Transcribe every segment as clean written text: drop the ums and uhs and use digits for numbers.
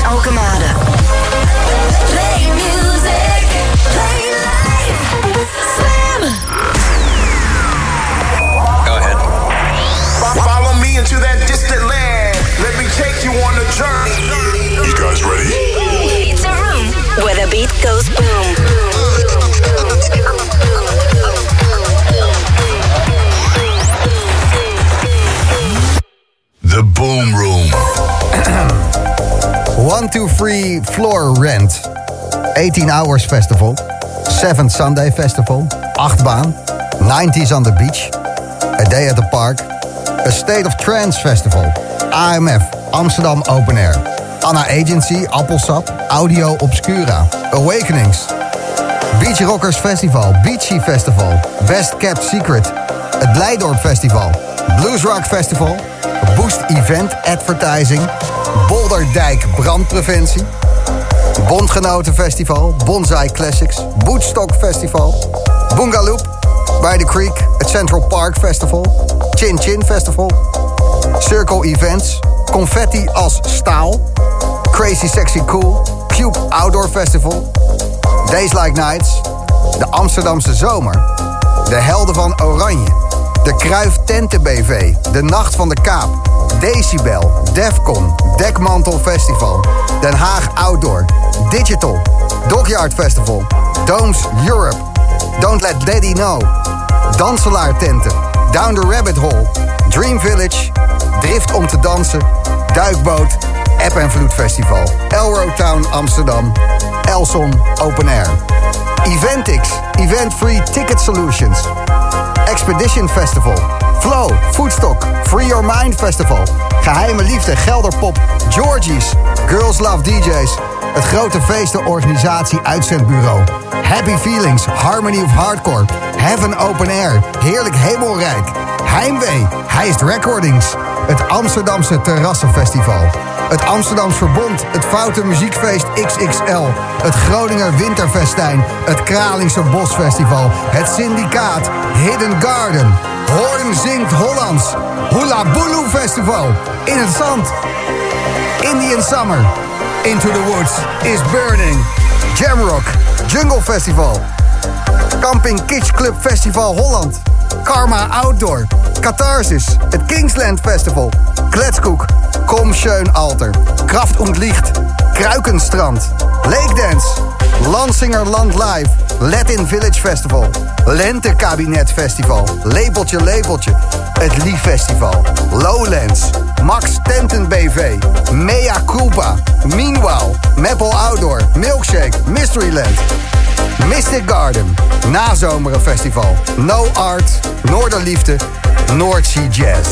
Alkemade. Play music, play life. Slam. Go ahead. Follow me into that distant land. Let me take you on a journey. You guys ready? It's a room where the beat goes boom. The Boom Room. 123 Floor Rent. 18 Hours Festival. 7th Sunday Festival. 8-baan. 90s on the Beach. A Day at the Park. A State of Trance Festival. AMF. Amsterdam Open Air. Anna Agency. Appelsap. Audio Obscura. Awakenings. Beach Rockers Festival. Beachy Festival. Best Kept Secret. Het Blijdorp Festival. Blues Rock Festival. Boost Event Advertising. Bolderdijk Brandpreventie. Bondgenoten Festival. Bonsai Classics. Bootstock Festival. Boongaloop. By the Creek. Het Central Park Festival. Chin Chin Festival. Circle Events. Confetti als staal. Crazy Sexy Cool. Cube Outdoor Festival. Days Like Nights. De Amsterdamse Zomer. De Helden van Oranje. De Kruif Tenten BV. De Nacht van de Kaap. Decibel. Defcon. Dekmantel Festival. Den Haag Outdoor. Digital. Dockyard Festival. Domes Europe. Don't Let Daddy Know. Danselaar Tenten. Down the Rabbit Hole. Dream Village. Drift om te dansen. Duikboot. App en Vloed Festival. Elrow Town Amsterdam. Elson Open Air. Eventix. Event Free Ticket Solutions. Expedition Festival. Flow, Foodstock, Free Your Mind Festival. Geheime Liefde, Gelderpop, Georgie's, Girls Love DJ's. Het Grote Feestenorganisatie Uitzendbureau. Happy Feelings, Harmony of Hardcore. Heaven Open Air, Heerlijk Hemelrijk. Heimwee, Heist Recordings. Het Amsterdamse Terrassenfestival. Het Amsterdams Verbond, het Foute Muziekfeest XXL. Het Groninger Winterfestijn, het Kralingse Bosfestival. Het Syndicaat, Hidden Garden. Hoorn zingt Hollands. Hula Bulu Festival. In het zand. Indian Summer. Into the Woods is Burning. Jamrock. Jungle Festival. Camping Kitsch Club Festival Holland. Karma Outdoor. Catharsis. Het Kingsland Festival. Kletskoek. Kom Schön Alter. Kraft und Licht. Kruikenstrand. Lake Dance. Lansinger Land Live. Latin Village Festival. Lente Kabinet Festival. Lepeltje Lepeltje. Het Lief Festival. Lowlands. Max Tenten BV. Mea Culpa. Meanwhile. Maple Outdoor. Milkshake. Mysteryland. Mystic Garden. Nazomeren Festival. No Art. Noorderliefde. Noordzee Jazz.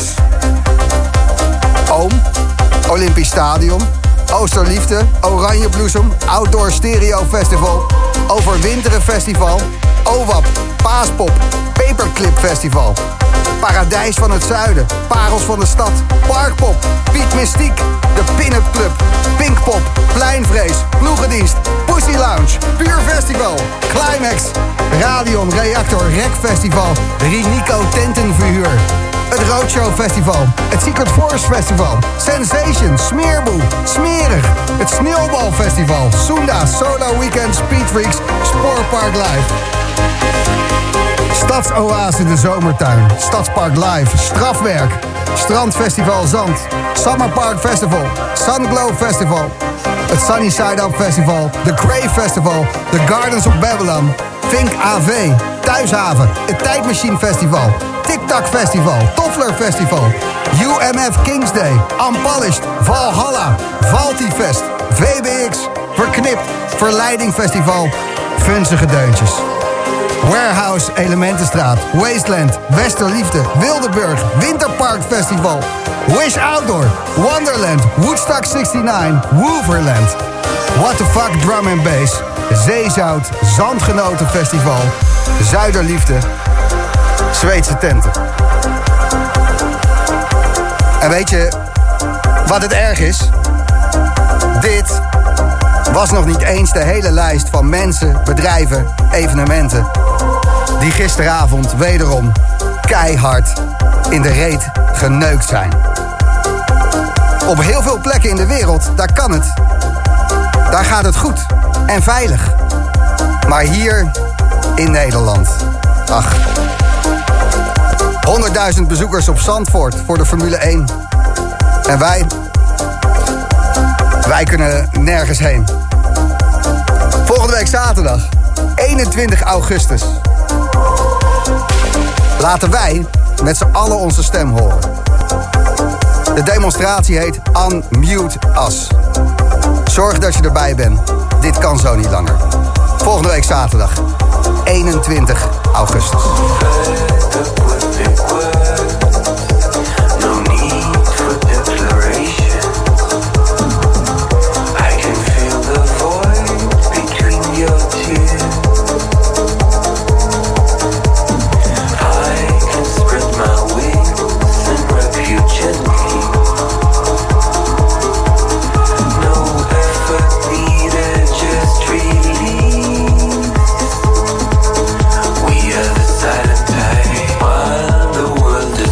Oom. Olympisch Stadion. Oosterliefde. Oranje Bloesem. Outdoor Stereo Festival. Overwinteren Festival. OWAP. Paaspop. Paperclip Festival. Paradijs van het Zuiden. Parels van de Stad. Parkpop. Piet Mystiek. De Pin-Up Club. Pinkpop. Pleinvrees. Ploegendienst. Pussy Lounge. Puur Festival. Climax. Radion Reactor Rec Festival. Rinico Tentenverhuur. Het Roadshow Festival. Het Secret Force Festival. Sensation. Smeerboe. Smerig. Het Sneeuwbal Festival. Sunda. Solo Weekend. Speedfreaks. Spoorpark Live. Stadsoase de Zomertuin. Stadspark Live. Strafwerk. Strandfestival Zand. Summerpark Festival. Sunglow Festival. Het Sunny Side Up Festival. The Crave Festival. The Gardens of Babylon. Vink AV. Thuishaven. Het Tijdmachine Festival. TikTok Festival. Toffler Festival. UMF Kings Day. Unpolished. Valhalla. Valtifest. VBX. Verknipt. Verleiding Festival. Vunzige Deuntjes. Warehouse Elementenstraat. Wasteland. Westerliefde. Wildeburg. Winterpark Festival. Wish Outdoor. Wonderland. Woodstock 69. Wooverland. What the Fuck Drum and Bass. Zeezout. Zandgenoten Festival. Zuiderliefde. Zweedse tenten. En weet je wat het erg is? Dit was nog niet eens de hele lijst van mensen, bedrijven, evenementen die gisteravond wederom keihard in de reet geneukt zijn. Op heel veel plekken in de wereld, daar kan het. Daar gaat het goed en veilig. Maar hier in Nederland, ach. 100.000 bezoekers op Zandvoort voor de Formule 1. En wij kunnen nergens heen. Volgende week zaterdag, 21 augustus. Laten wij met z'n allen onze stem horen. De demonstratie heet Unmute Us. Zorg dat je erbij bent. Dit kan zo niet langer. Volgende week zaterdag, 21 augustus. Silent type, while the world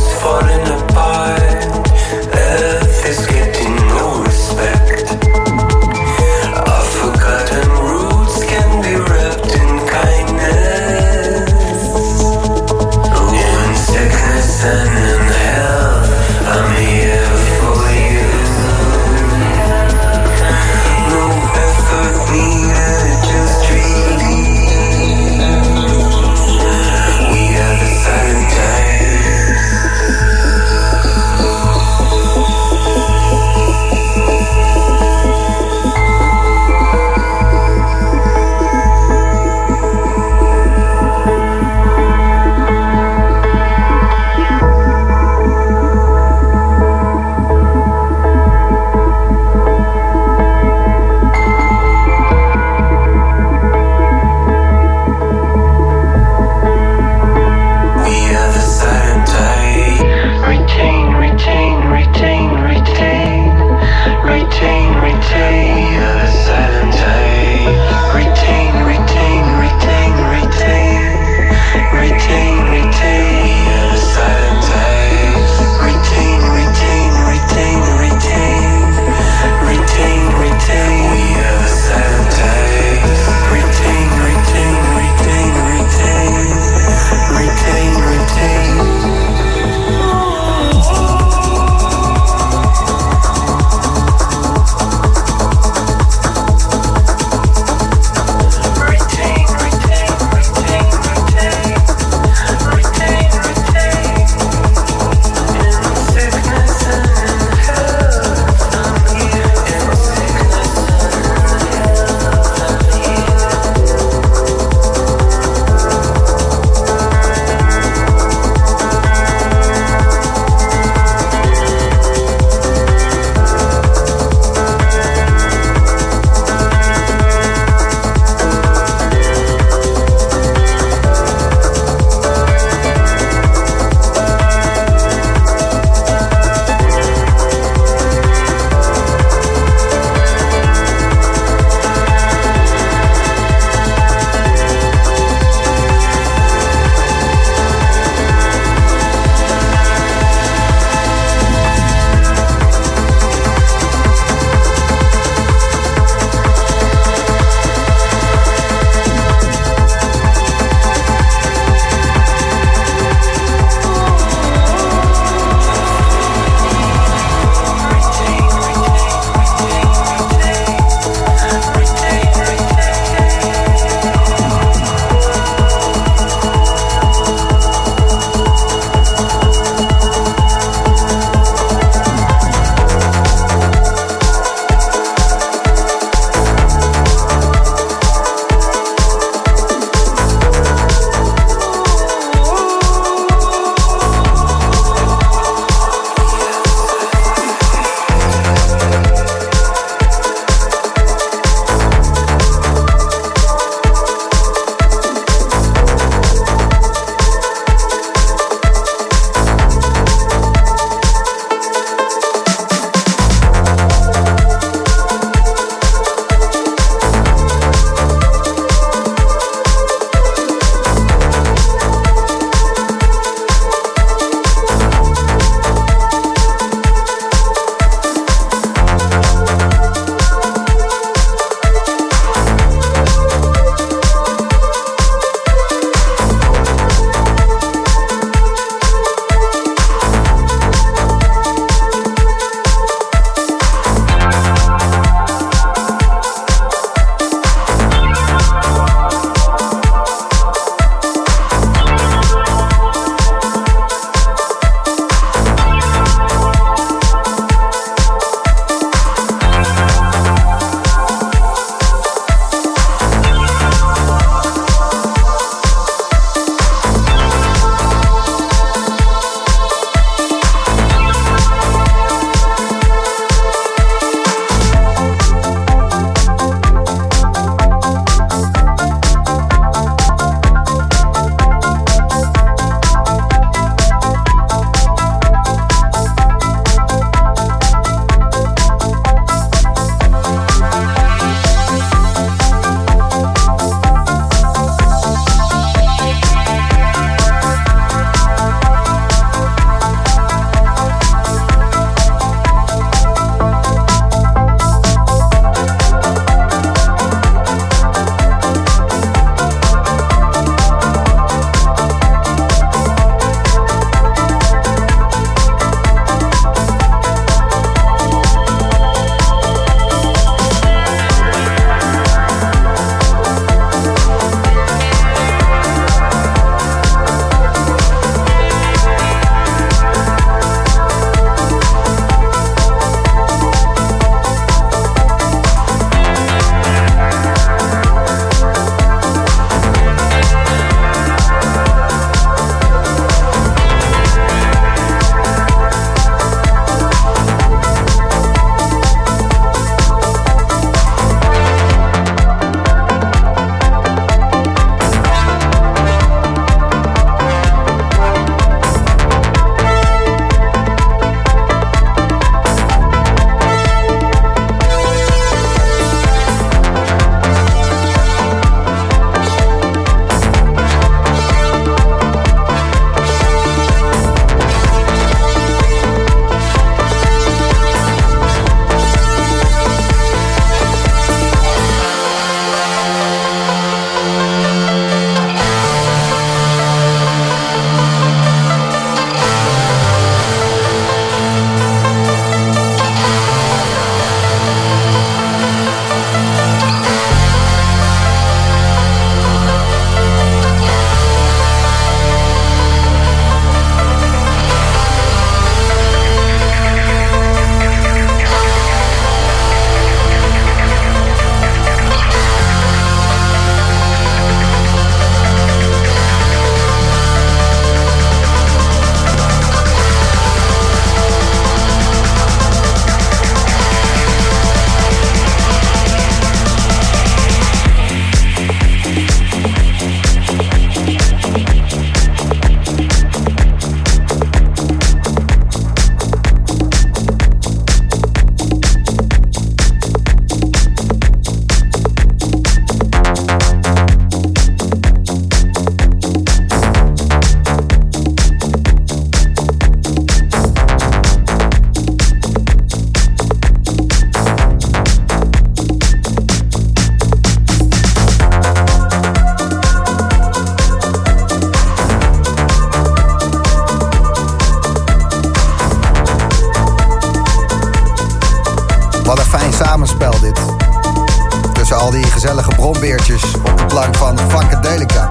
Wat een fijn samenspel dit. Tussen al die gezellige brombeertjes op de plank van Funkadelica.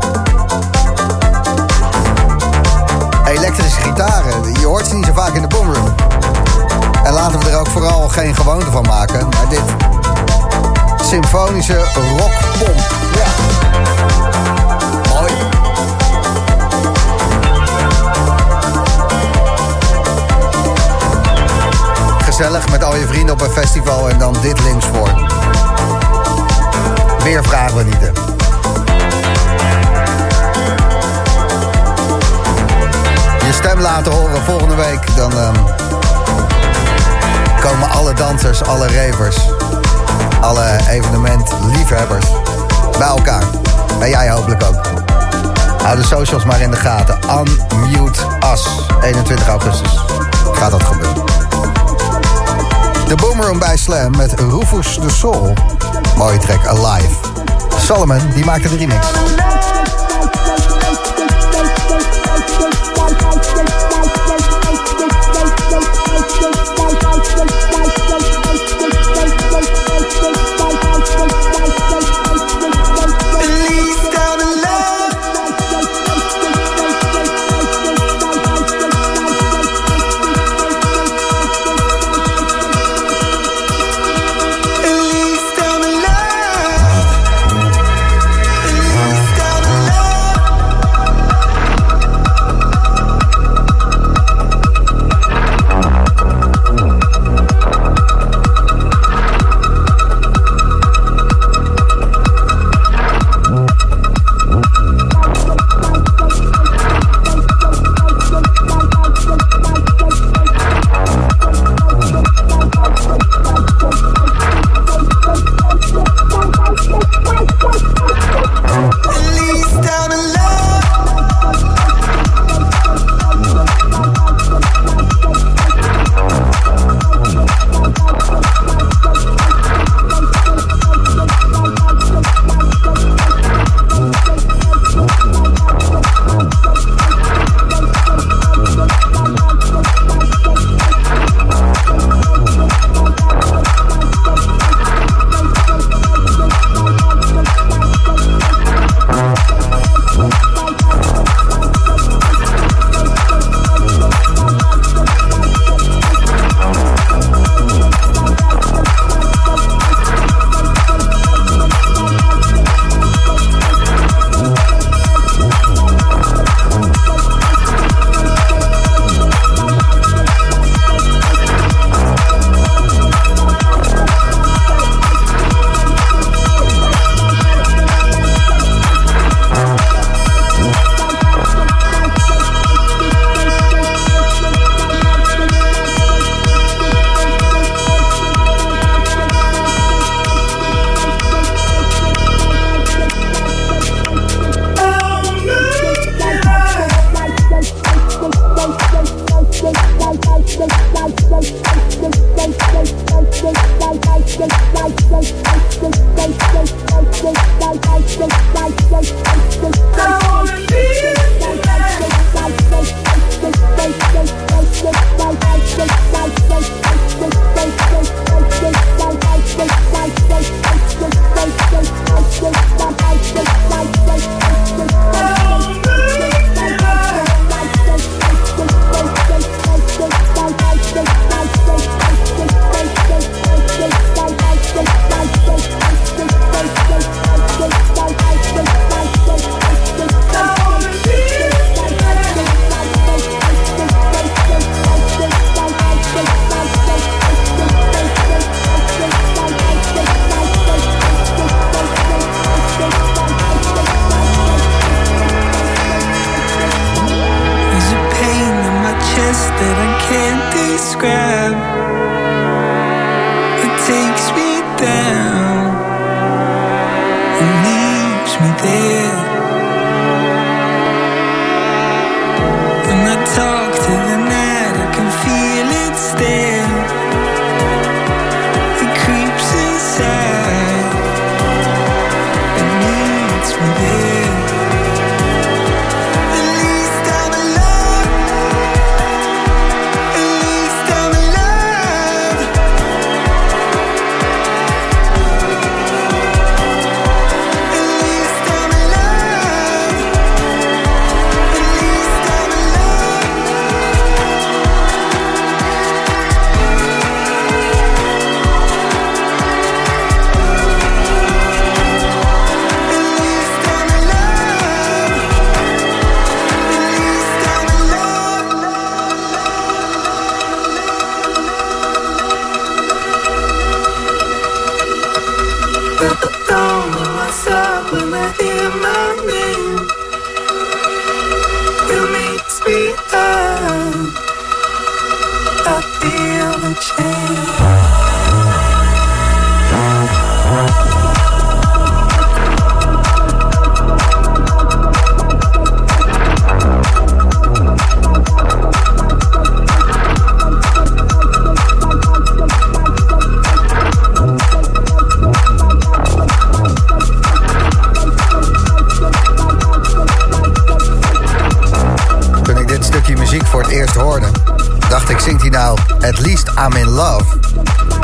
Elektrische gitaren, je hoort ze niet zo vaak in de boomroom. En laten we er ook vooral geen gewoonte van maken. Maar dit symfonische rockpomp. Ja. Mooi. Gezellig met al je vrienden op een festival en dan dit links voor. Meer vragen we niet, hè. Je stem laten horen volgende week. Dan komen alle dansers, alle ravers, alle evenementliefhebbers bij elkaar. En jij hopelijk ook. Hou de socials maar in de gaten. Unmute Us. 21 augustus gaat dat gebeuren. De Boomroom bij Slam met Rufus the Soul. Mooie track, Alive. Solomon, die maakte de remix.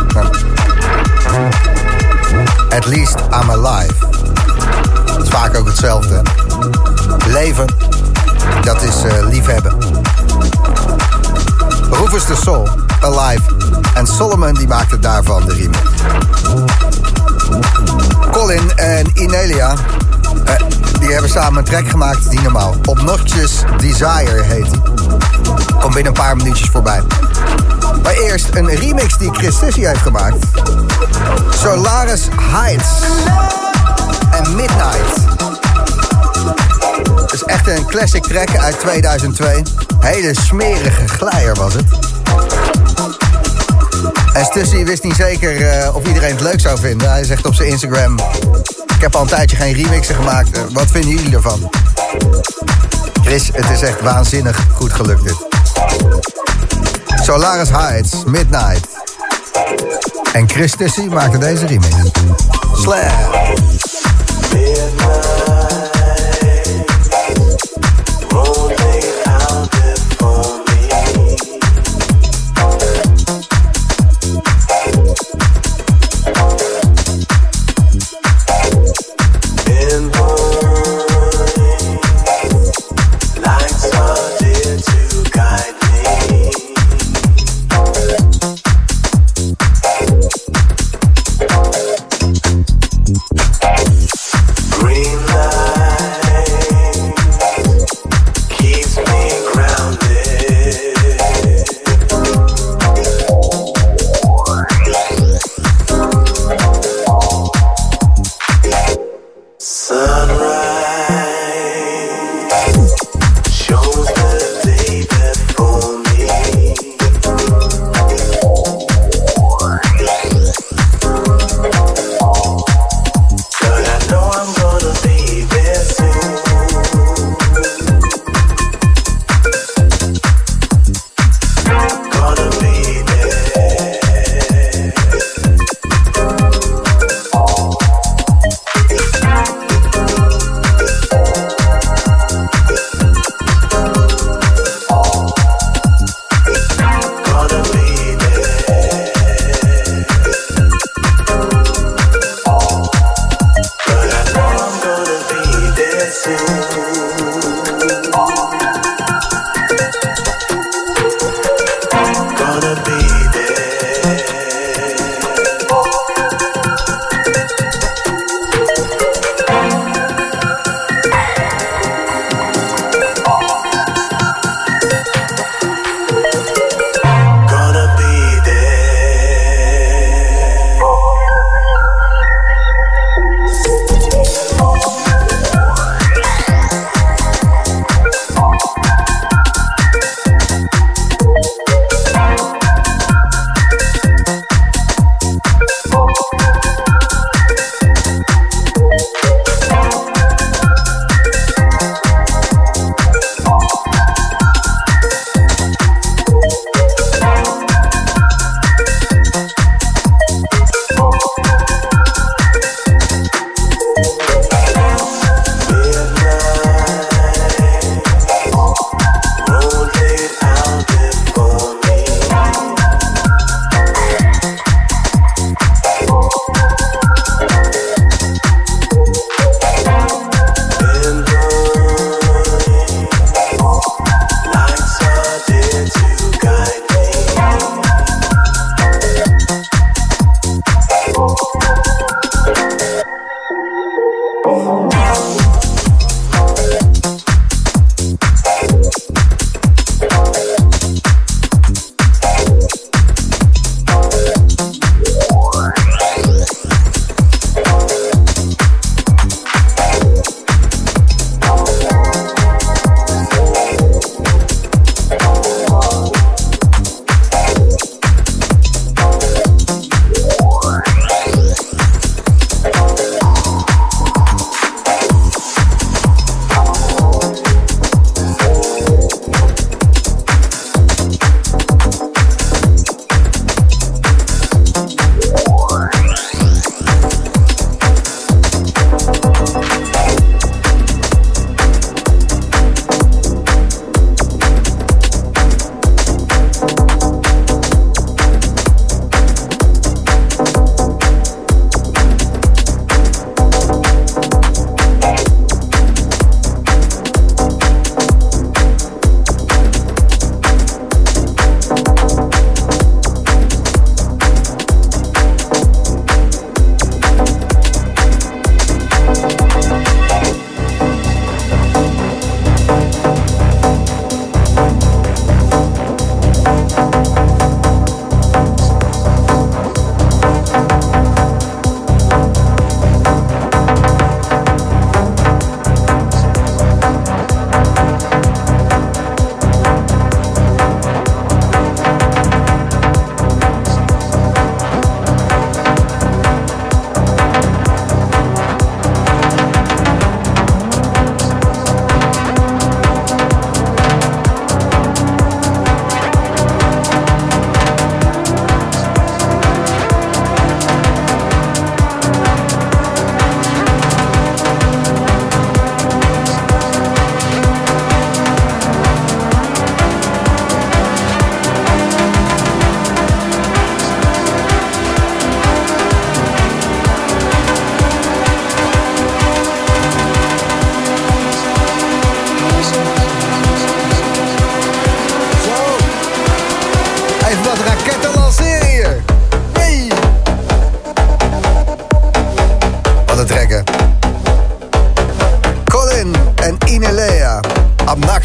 At least I'm alive. Het is vaak ook hetzelfde. Leven, dat is liefhebben. Rufus the Soul, Alive. En Solomon die maakte daarvan de remix. Colin en Inelia, die hebben samen een track gemaakt die normaal Obnoxious Desire heet die. Komt binnen een paar minuutjes voorbij. Maar eerst een remix die Chris Sissy heeft gemaakt. Solaris Heights en Midnight. Het is echt een classic track uit 2002. Hele smerige glijer was het. En Stussy wist niet zeker of iedereen het leuk zou vinden. Hij zegt op zijn Instagram: ik heb al een tijdje geen remixen gemaakt. Wat vinden jullie ervan? Chris, het is echt waanzinnig goed gelukt dit. Solaris Heights, Midnight. En Chris Stussy maakte deze remix. Slam.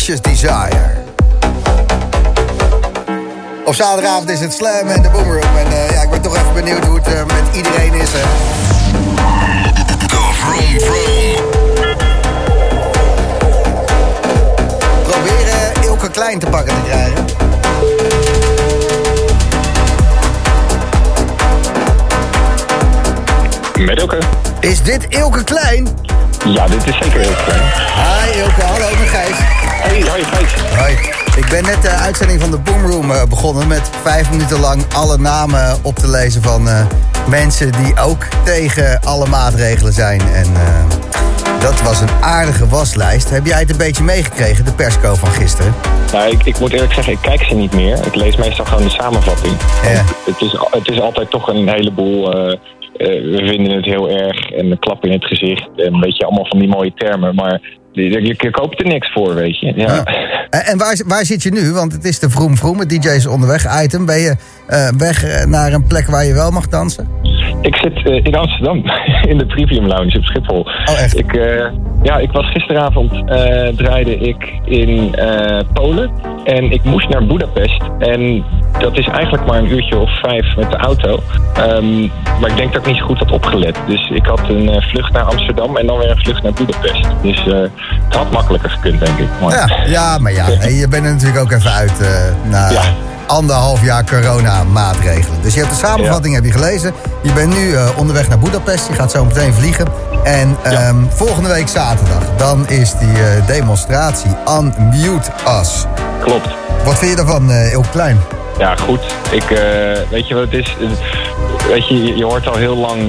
Infectious Desire. Op zaterdagavond is het Slam en de Boom Room. En ik ben toch even benieuwd hoe het met iedereen is. Hè. The Vroom Vroom. Proberen Ilke Klein te pakken te krijgen. Met Ilke. Is dit Ilke Klein? Ja, dit is zeker Ilke Klein. Hi Ilke, hallo met Gijs. Hey, hoi Gijs. Hoi. Ik ben net de uitzending van de Boom Room begonnen met 5 minuten lang alle namen op te lezen van mensen die ook tegen alle maatregelen zijn. En dat was een aardige waslijst. Heb jij het een beetje meegekregen, de persco van gisteren? Nou, ik moet eerlijk zeggen, ik kijk ze niet meer. Ik lees meestal gewoon de samenvatting. Ja. Het is altijd toch een heleboel... we vinden het heel erg en een klap in het gezicht. En weet je, allemaal van die mooie termen. Maar je koopt er niks voor, weet je. Ja. En waar zit je nu? Want het is de Vroom Vroom, het DJ's onderweg item. Ben je weg naar een plek waar je wel mag dansen? Ik zit in Amsterdam, in de Trivium Lounge op Schiphol. Oh, echt? Ik was gisteravond, draaide ik in Polen. En ik moest naar Budapest. En dat is eigenlijk maar een uurtje of 5 met de auto. Maar ik denk dat ik niet zo goed had opgelet. Dus ik had een vlucht naar Amsterdam en dan weer een vlucht naar Budapest. Dus het had makkelijker gekund, denk ik. Maar... Ja, maar ja. En je bent er natuurlijk ook even uit na... Ja. 1,5 jaar corona-maatregelen. Dus je hebt de samenvatting heb je gelezen. Je bent nu onderweg naar Budapest. Je gaat zo meteen vliegen. En volgende week zaterdag, dan is die demonstratie Unmute Us. Klopt. Wat vind je daarvan, Ilke Klein? Ja, goed. Weet je wat het is? Weet je hoort al heel lang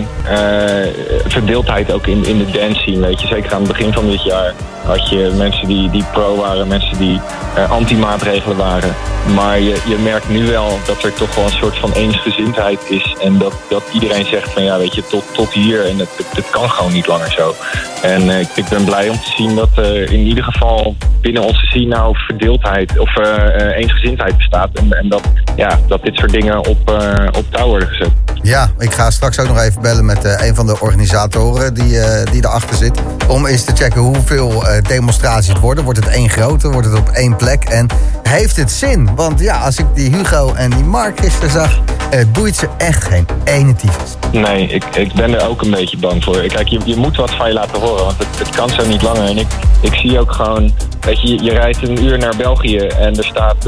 verdeeldheid ook in de dance scene, weet je. Zeker aan het begin van dit jaar had je mensen die pro waren, mensen die anti-maatregelen waren. Maar je merkt nu wel dat er toch wel een soort van eensgezindheid is. En dat iedereen zegt van ja, weet je, tot hier. En het kan gewoon niet langer zo. En ik ben blij om te zien dat in ieder geval binnen onze scene nou verdeeldheid of eensgezindheid bestaat. En dat dit soort dingen op touw worden gezet. Ja, ik ga straks ook nog even bellen met een van de organisatoren die erachter zit. Om eens te checken hoeveel demonstraties het worden. Wordt het één grote? Wordt het op één plek? En heeft het zin? Want ja, als ik die Hugo en die Mark gisteren zag, het boeit ze echt geen ene tyfus. Nee, ik ben er ook een beetje bang voor. Kijk, je moet wat van je laten horen, want het kan zo niet langer. En ik zie ook gewoon, weet je rijdt een uur naar België en er staat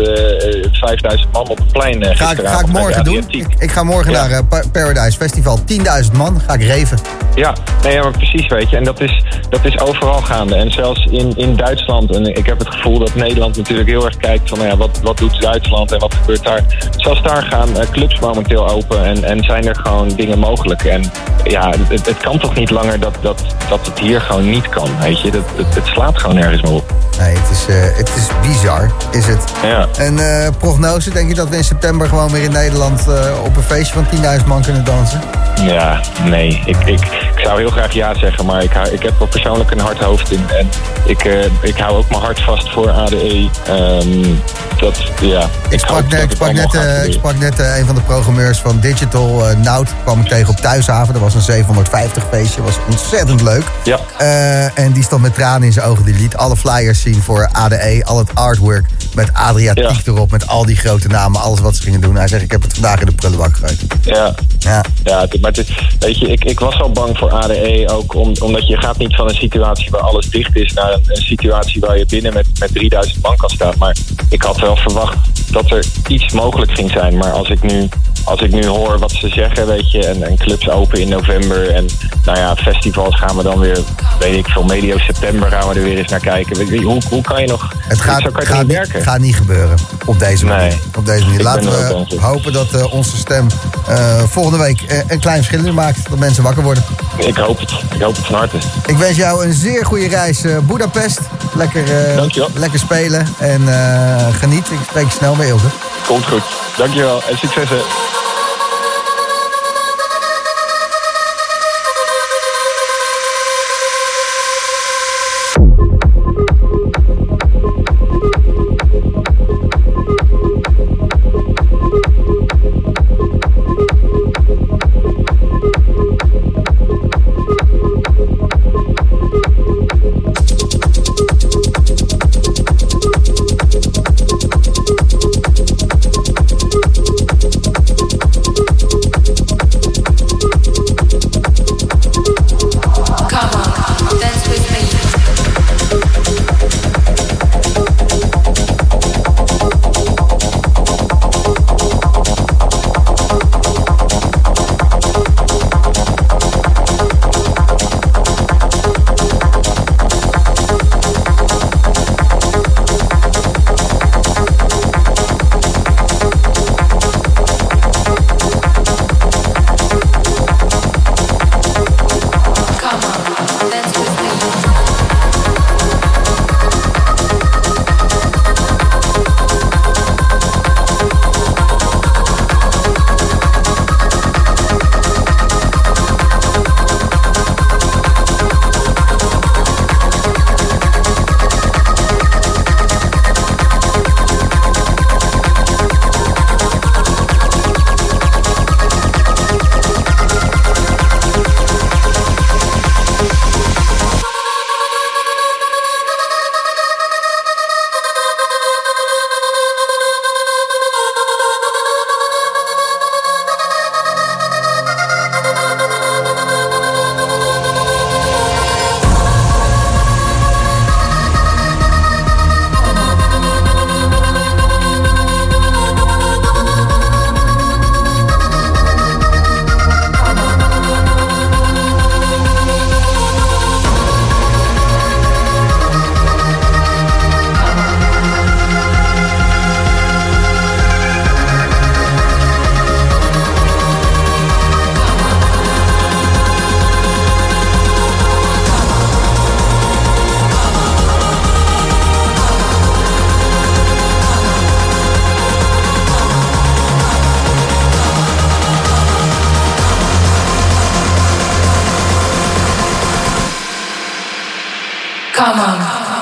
5000 man op het plein. Ga ik morgen doen. Ik ga morgen naar Paradise Festival. 10.000 man, ga ik reven. Ja, nee, maar precies, weet je. En dat is overal gaande. En zelfs in Duitsland. En ik heb het gevoel dat Nederland natuurlijk heel erg kijkt van, wat doet Duitsland en wat gebeurt daar. Zelfs daar gaan clubs momenteel open en zijn er gewoon dingen mogelijk. En ja, het kan toch niet langer dat het hier gewoon niet kan, weet je. Het slaat gewoon nergens meer op. Nee, het is bizar, is het. Ja. En prognose, denk je dat we in september gewoon weer in Nederland op een feestje van 10.000 man kunnen dansen? Ja, nee. Ik zou heel graag ja zeggen, maar ik heb er persoonlijk een hard hoofd in. En ik hou ook mijn hart vast voor ADE. Ik sprak net een van de programmeurs van Digital, Nout, kwam ik tegen op Thuishaven. Dat was een 750 feestje, was ontzettend leuk. Ja. En die stond met tranen in zijn ogen. Die liet alle flyers zien voor ADE, al het artwork met Adriatiek erop, met al die grote namen, alles wat ze gingen doen. Hij zegt, ik heb het vandaag in de prullenbak gegooid. Ja, maar weet je, ik was al bang voor ADE ook, omdat je gaat niet van een situatie waar alles dicht is naar een situatie waar je binnen met 3000 man kan staan. Maar ik had wel verwacht dat er iets mogelijk ging zijn. Maar als ik nu hoor wat ze zeggen, weet je, en clubs open in november en festivals gaan we dan weer, weet ik veel, medio september gaan we er weer eens naar kijken. Hoe kan je nog... Het gaat niet gebeuren op deze manier. Nee, op deze manier. Laten we hopen dat onze stem volgende week een klein verschil maakt. Dat mensen wakker worden. Ik hoop het van harte. Ik wens jou een zeer goede reis Budapest. Lekker spelen en geniet. Ik spreek je snel mee, Ilke. Komt goed. Dankjewel en succes.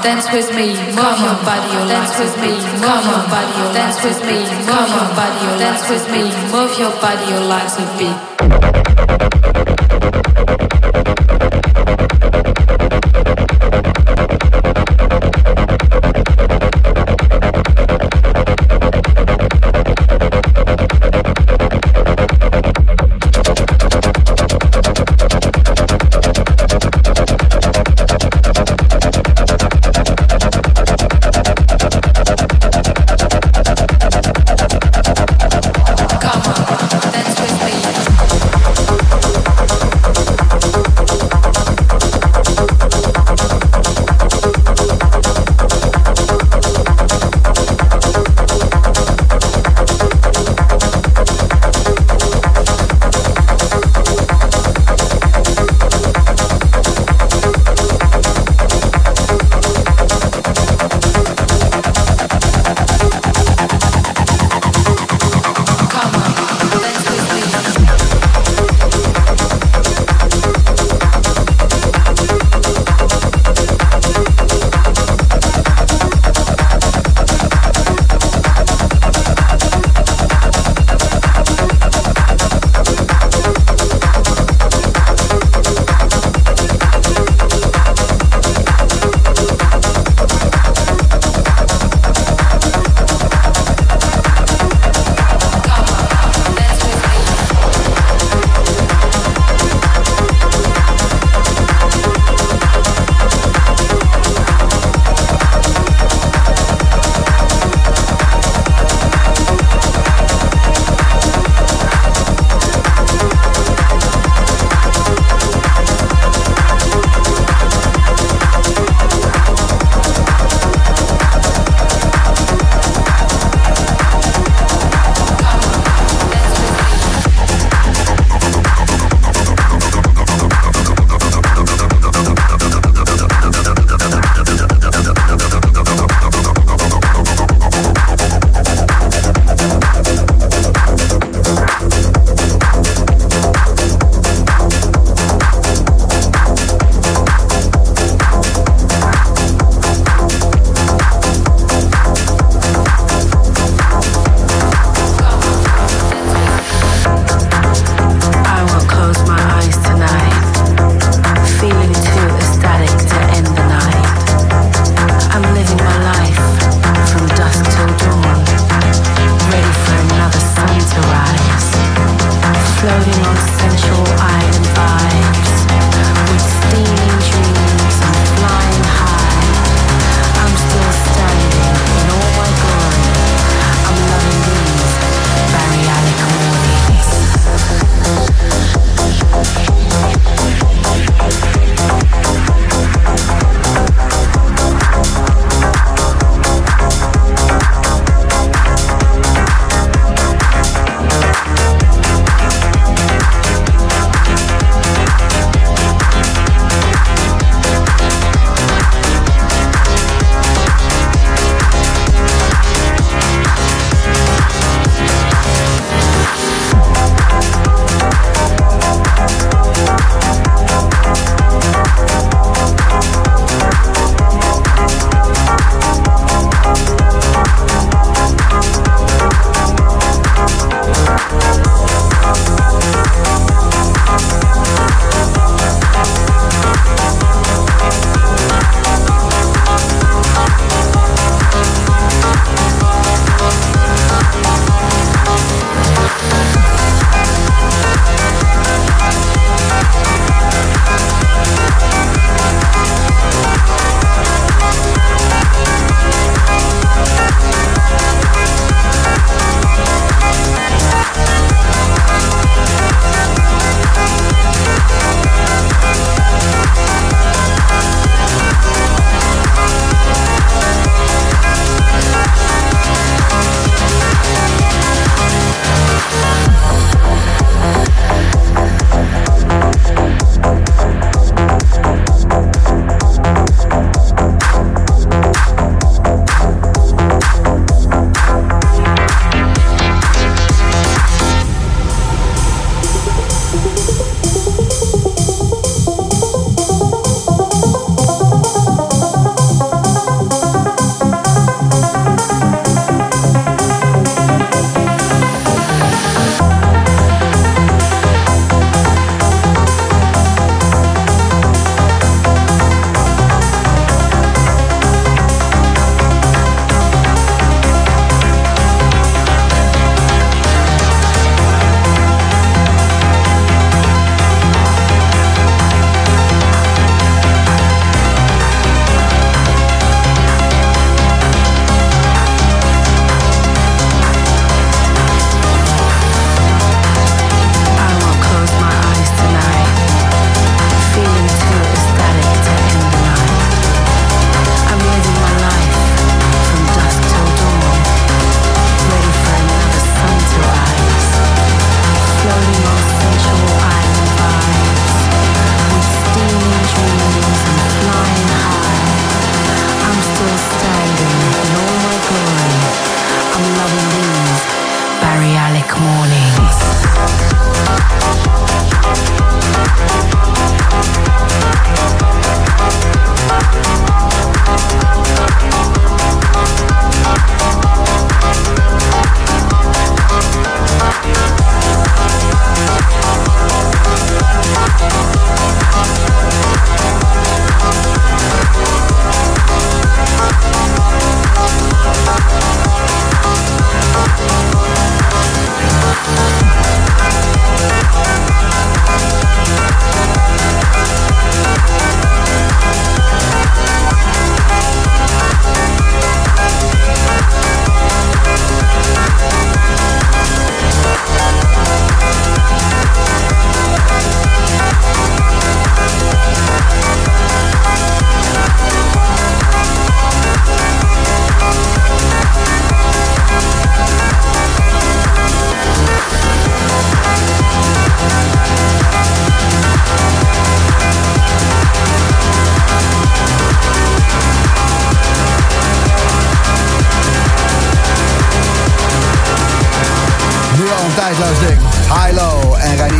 dance with me, move your body, dance with me, move your body, dance with me, move your body, dance with me, move your body, your legs a beat.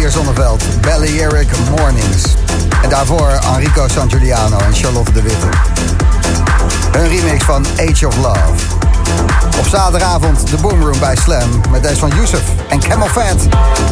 Xavier Zonneveld, Balearic Mornings. En daarvoor Enrico Sangiuliano en Charlotte de Witte. Hun remix van Age of Love. Op zaterdagavond de Boomroom bij Slam met deze van Yusuf en Camel Fat.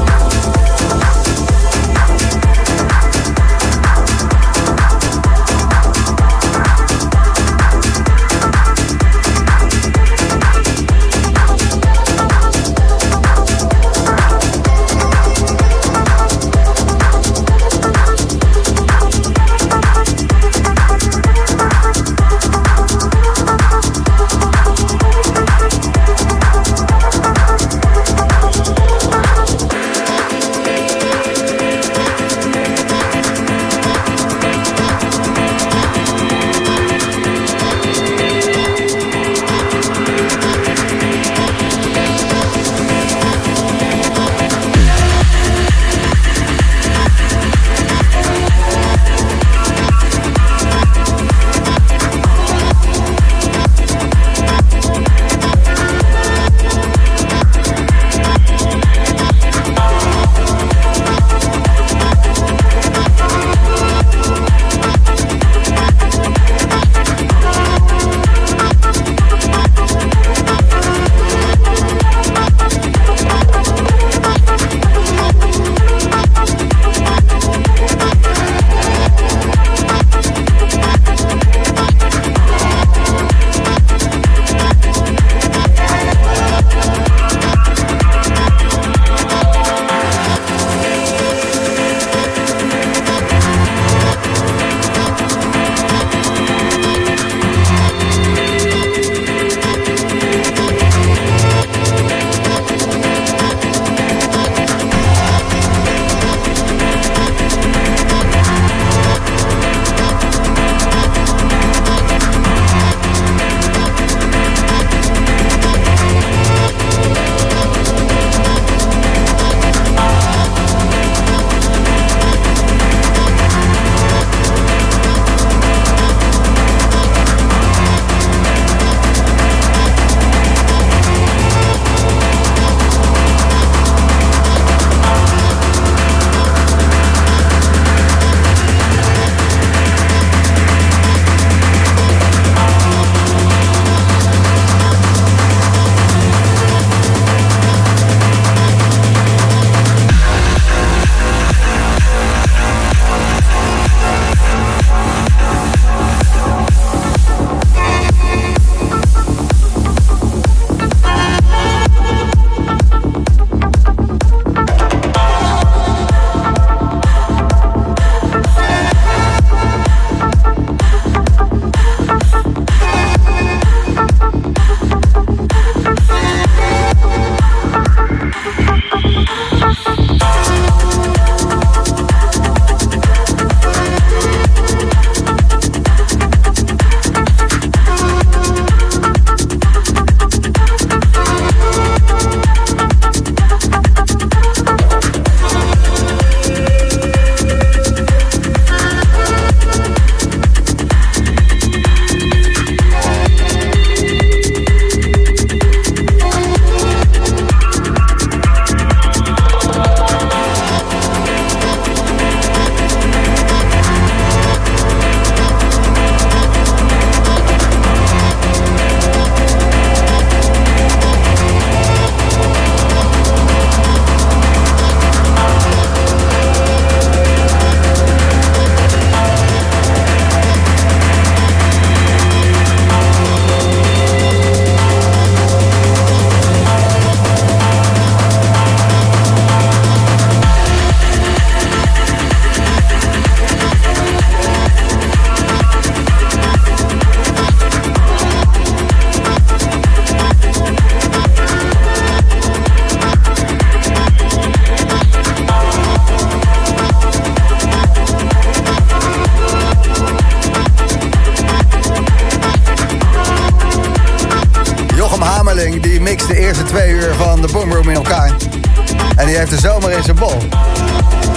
Die mixt de eerste 2 uur van de Boomroom in elkaar. En die heeft de zomer in zijn bol.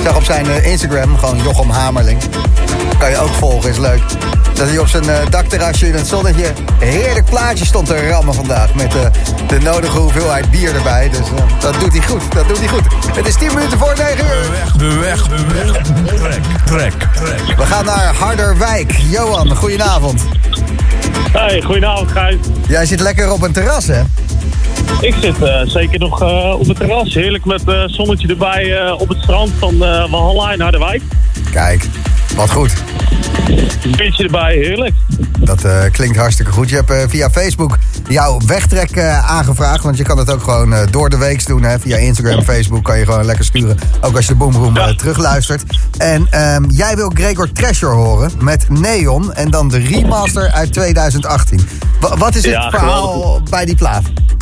zag op zijn Instagram, gewoon Jochem Hamerling. Kan je ook volgen, is leuk. Dat hij op zijn dakterrasje in het zonnetje heerlijk plaatje stond te rammen vandaag. Met de nodige hoeveelheid bier erbij. Dus dat doet hij goed, Het is 10 minuten voor 9 uur. De weg. Trek. We gaan naar Harderwijk. Johan, goedenavond. Hey, goedenavond Gijs. Jij zit lekker op een terras, hè? Ik zit zeker nog op het terras. Heerlijk met zonnetje erbij op het strand van Walhalla in Harderwijk. Kijk, wat goed. Een biertje erbij, heerlijk. Dat klinkt hartstikke goed. Je hebt via Facebook jouw wegtrek aangevraagd. Want je kan het ook gewoon door de week doen. Hè? Via Instagram, Facebook kan je gewoon lekker sturen. Ook als je de Boom terugluistert. En jij wil Gregor Treasure horen met Neon. En dan de remaster uit 2018. Wat is het verhaal geweldig bij die plaat?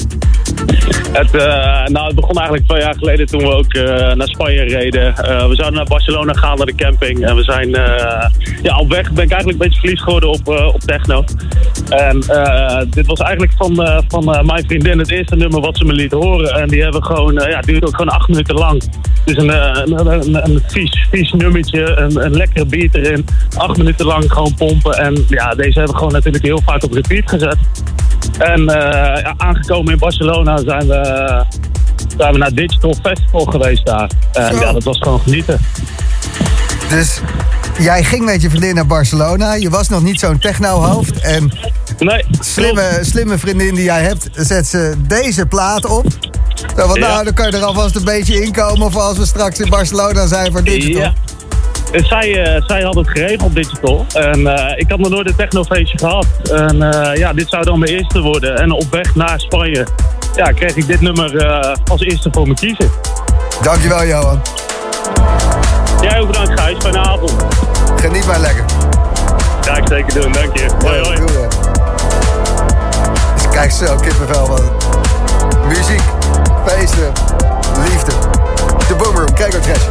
Het begon eigenlijk 2 jaar geleden toen we ook naar Spanje reden. We zouden naar Barcelona gaan, naar de camping. En we zijn op weg ben ik eigenlijk een beetje verliefd geworden op techno. En dit was eigenlijk van mijn vriendin het eerste nummer wat ze me liet horen. En die hebben gewoon, het duurt ook gewoon 8 minuten lang. Dus een vies nummertje, een lekkere beat erin. 8 minuten lang gewoon pompen. En deze hebben we gewoon natuurlijk heel vaak op repeat gezet. En aangekomen in Barcelona zijn we naar Digital Festival geweest daar. En dat was gewoon genieten. Dus jij ging met je vriendin naar Barcelona. Je was nog niet zo'n techno-hoofd. En nee, slimme vriendin die jij hebt, zet ze deze plaat op. Zo van, dan kan je er alvast een beetje inkomen voor als we straks in Barcelona zijn voor Digital. Ja. Dus zij had het geregeld, Digital. En ik had nog nooit een technofeestje gehad. En dit zou dan mijn eerste worden. En op weg naar Spanje kreeg ik dit nummer als eerste voor me kiezen. Dankjewel, Johan. Jij ook bedankt, Gijs. Fijne avond. Geniet maar lekker. Ga ik zeker doen, dank je. Hoi, hoi. Dus kijk zo, kippenvel. Wat. Muziek, feesten, liefde. De Boom Room, Gregor Treasure.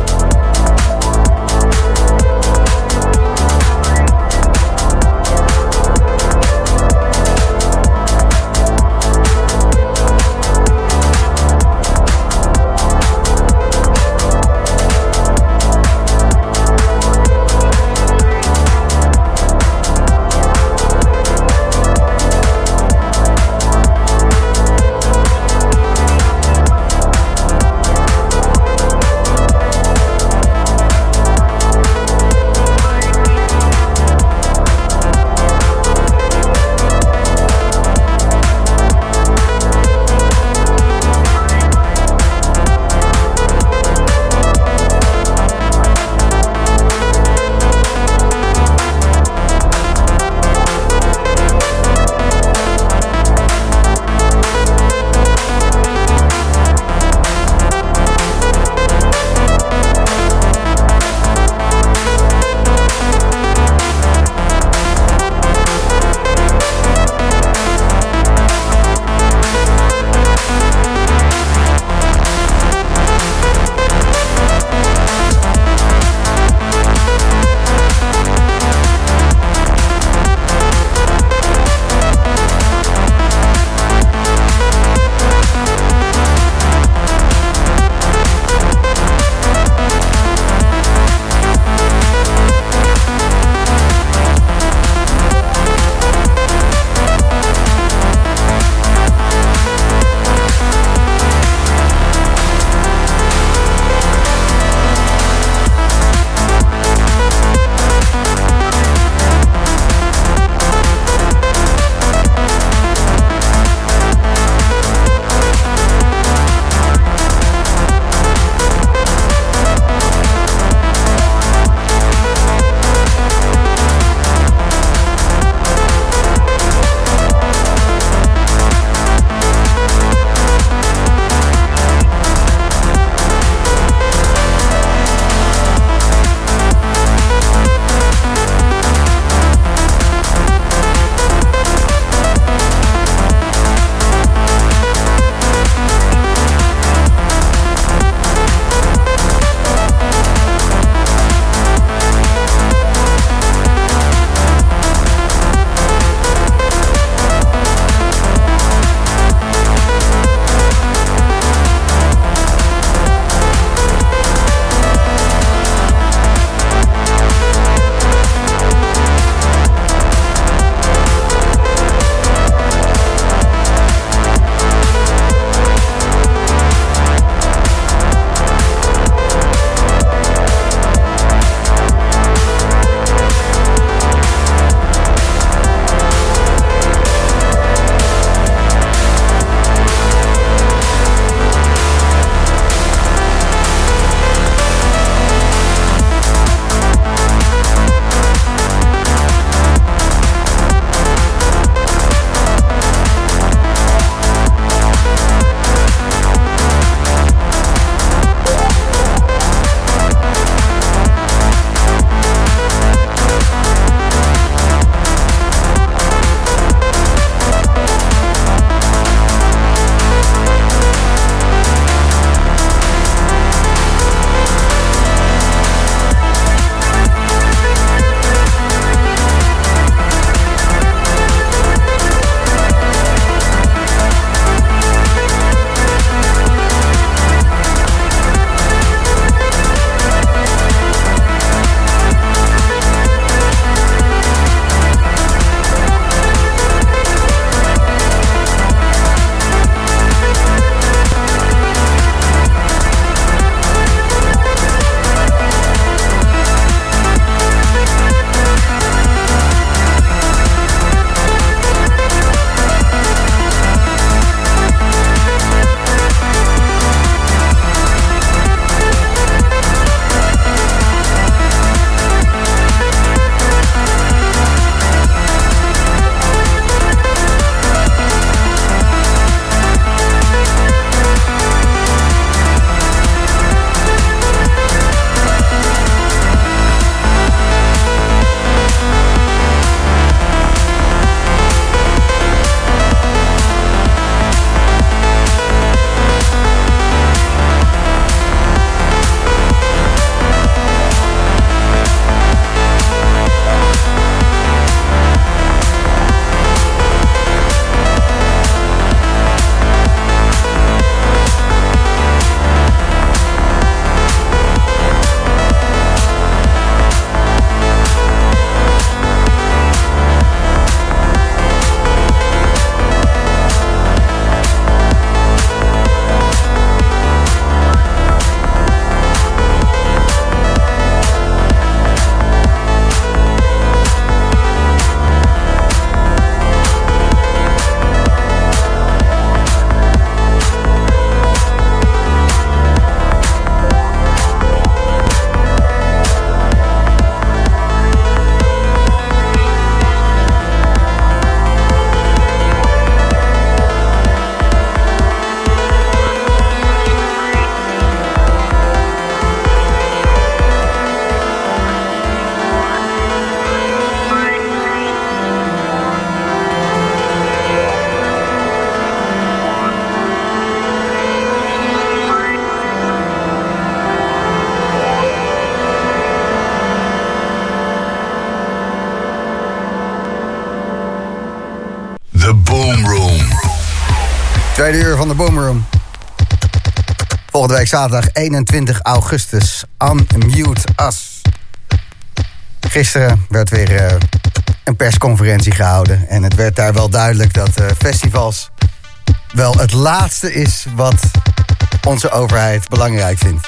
Tweede uur van de Boomroom. Volgende week zaterdag 21 augustus. Unmute Us. Gisteren werd weer een persconferentie gehouden. En het werd daar wel duidelijk dat festivals wel het laatste is wat onze overheid belangrijk vindt.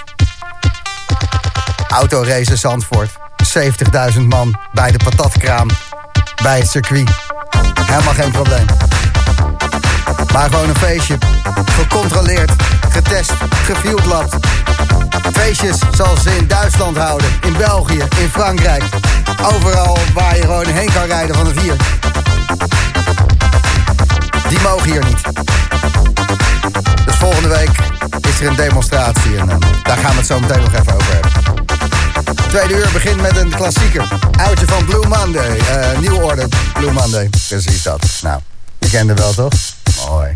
Autorace Zandvoort. 70.000 man bij de patatkraam. Bij het circuit. Helemaal geen probleem. Maar gewoon een feestje. Gecontroleerd, getest, gefueled. Feestjes zoals ze in Duitsland houden, in België, in Frankrijk. Overal waar je gewoon heen kan rijden van het hier. Die mogen hier niet. Dus volgende week is er een demonstratie en daar gaan we het zo meteen nog even over hebben. Tweede uur begint met een klassieker. Oudje van Blue Monday. New Order Blue Monday. Precies dat. Nou, je kent hem wel toch? Mooi.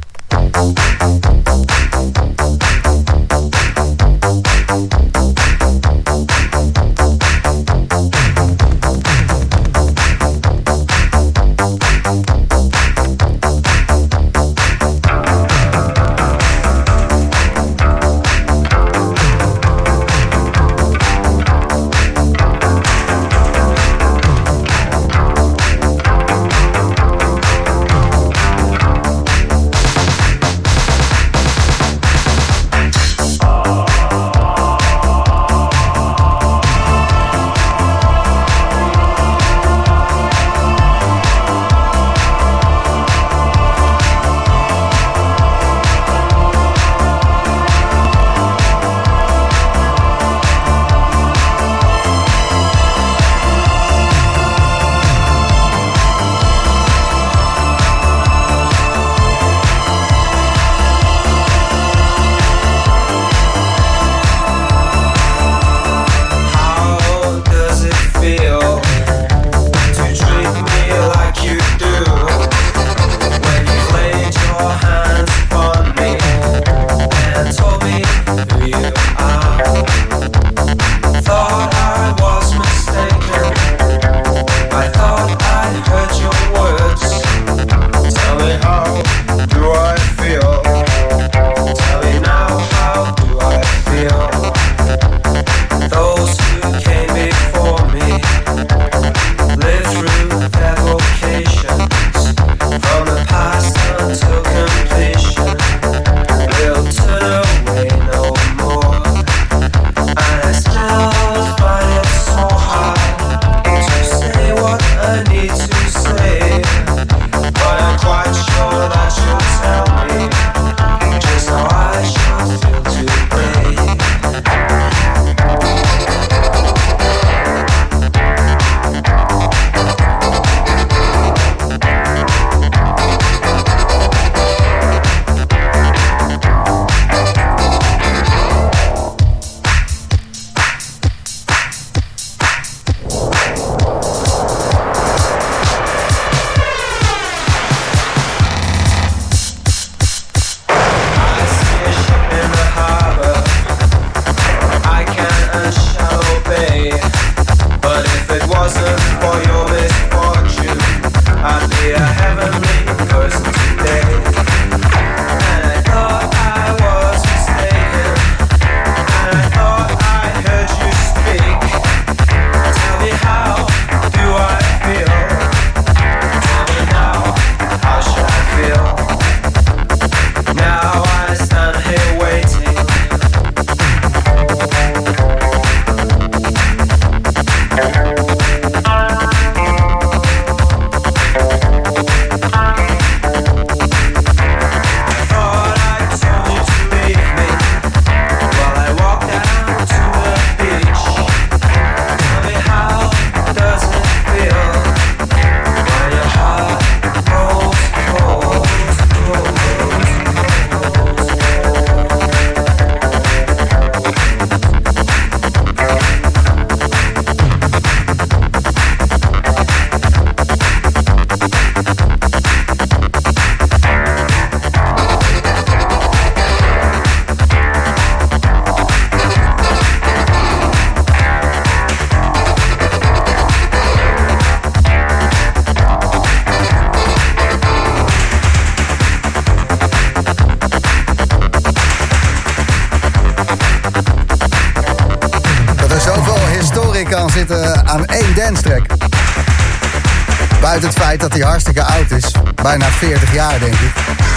kan zitten aan 1 dance track. Buiten het feit dat hij hartstikke oud is. Bijna 40 jaar, denk ik.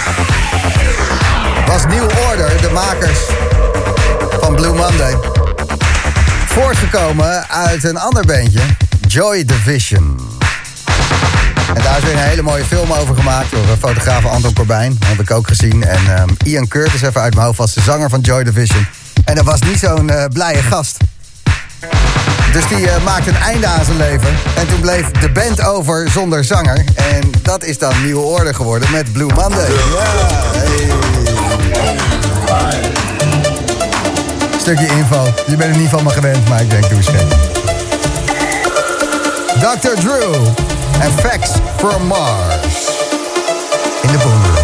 Was New Order, de makers van Blue Monday. Voortgekomen uit een ander bandje, Joy Division. En daar is weer een hele mooie film over gemaakt door fotograaf Anton Corbijn. Dat heb ik ook gezien. En Ian Curtis, even uit mijn hoofd, was de zanger van Joy Division. En dat was niet zo'n blije gast. Dus die maakte een einde aan zijn leven. En toen bleef de band over zonder zanger. En dat is dan New Order geworden met Blue Monday. Ja, hey. Stukje info. Je bent er niet van me gewend, maar ik denk, doe eens geen. Dr. Drew en Facts from Mars. In de boomroom.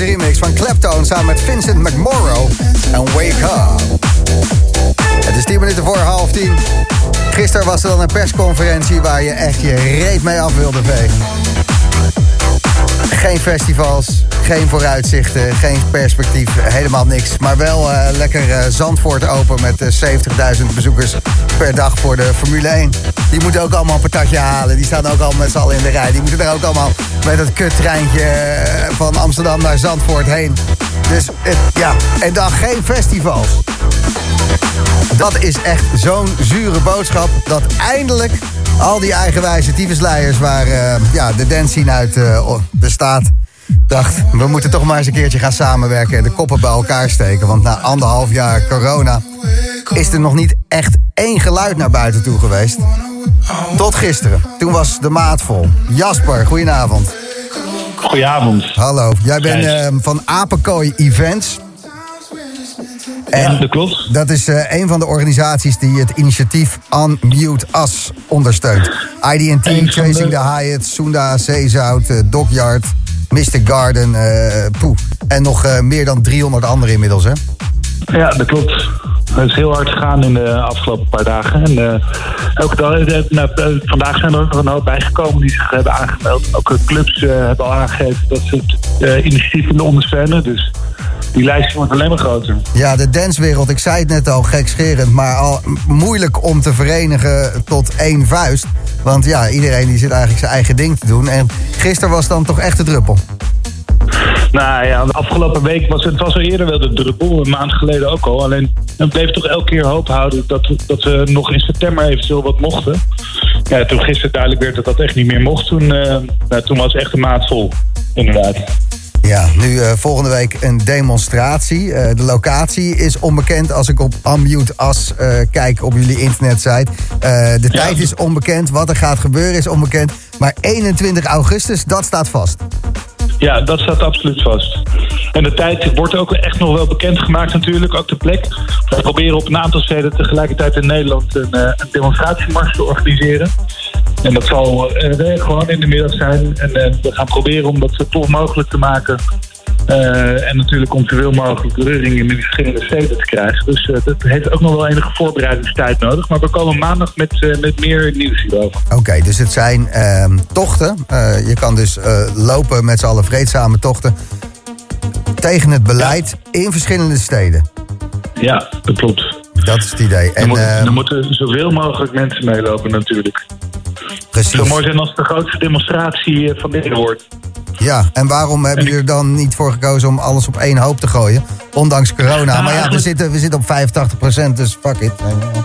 deze remix van Clapton samen met Vincent McMorrow en Wake Up. Het is 10 minuten voor 9:30. Gisteren was er dan een persconferentie waar je echt je reet mee af wilde vegen. Geen festivals, geen vooruitzichten, geen perspectief, helemaal niks. Maar wel lekker Zandvoort open met 70.000 bezoekers per dag voor de Formule 1. Die moeten ook allemaal een patatje halen. Die staan ook al met z'n allen in de rij. Die moeten er ook allemaal met het kuttreintje van Amsterdam naar Zandvoort heen. Dus en dan geen festivals. Dat is echt zo'n zure boodschap dat eindelijk al die eigenwijze tyfusleiers waar de dance scene uit bestaat, dacht, we moeten toch maar eens een keertje gaan samenwerken en de koppen bij elkaar steken. Want na 1,5 jaar corona is er nog niet echt één geluid naar buiten toe geweest. Tot gisteren. Toen was de maat vol. Jasper, goedenavond. Goedenavond. Hallo. Jij bent van Apenkooi Events. En ja, dat klopt. Dat is een van de organisaties die het initiatief Unmute Us ondersteunt. IDT, Chasing the Hyatt, Sunda, Zeezout, Dockyard, Mystic Garden, en nog meer dan 300 anderen inmiddels, hè? Ja, dat klopt. Het is heel hard gegaan in de afgelopen paar dagen. En elke dag, vandaag zijn er ook nog een hoop bijgekomen die zich hebben aangemeld. Ook clubs hebben al aangegeven dat ze het initiatief willen ondersteunen. Dus die lijst wordt alleen maar groter. Ja, de dancewereld, ik zei het net al, gekscherend, maar al moeilijk om te verenigen tot één vuist. Want ja, iedereen die zit eigenlijk zijn eigen ding te doen. En gisteren was dan toch echt de druppel. Nou ja, de afgelopen week was het al eerder wel de druppel, een maand geleden ook al. Alleen we bleven toch elke keer hoop houden dat we nog in september eventueel wat mochten. Ja, toen gisteren duidelijk werd dat dat echt niet meer mocht, toen was het echt een maand vol, inderdaad. Ja, nu volgende week een demonstratie. De locatie is onbekend als ik op Unmute Us kijk op jullie internetsite. De tijd is onbekend, wat er gaat gebeuren is onbekend. Maar 21 augustus, dat staat vast. Ja, dat staat absoluut vast. En de tijd wordt ook echt nog wel bekendgemaakt natuurlijk, ook de plek. We proberen op een aantal steden tegelijkertijd in Nederland een demonstratiemars te organiseren. En dat zal gewoon in de middag zijn. En we gaan proberen om dat zo tof mogelijk te maken. En natuurlijk om zoveel mogelijk reuring in de verschillende steden te krijgen. Dus dat heeft ook nog wel enige voorbereidingstijd nodig. Maar we komen maandag met meer nieuws hierover. Oké, dus het zijn tochten. Je kan dus lopen met z'n allen vreedzame tochten tegen het beleid in verschillende steden. Ja, dat klopt. Dat is het idee. Er moeten zoveel mogelijk mensen meelopen natuurlijk. Precies. Het zou mooi zijn als het de grootste demonstratie van dit wordt. Ja, en waarom hebben jullie er dan niet voor gekozen om alles op één hoop te gooien? Ondanks corona. Maar ja, we zitten op 85%, dus fuck it.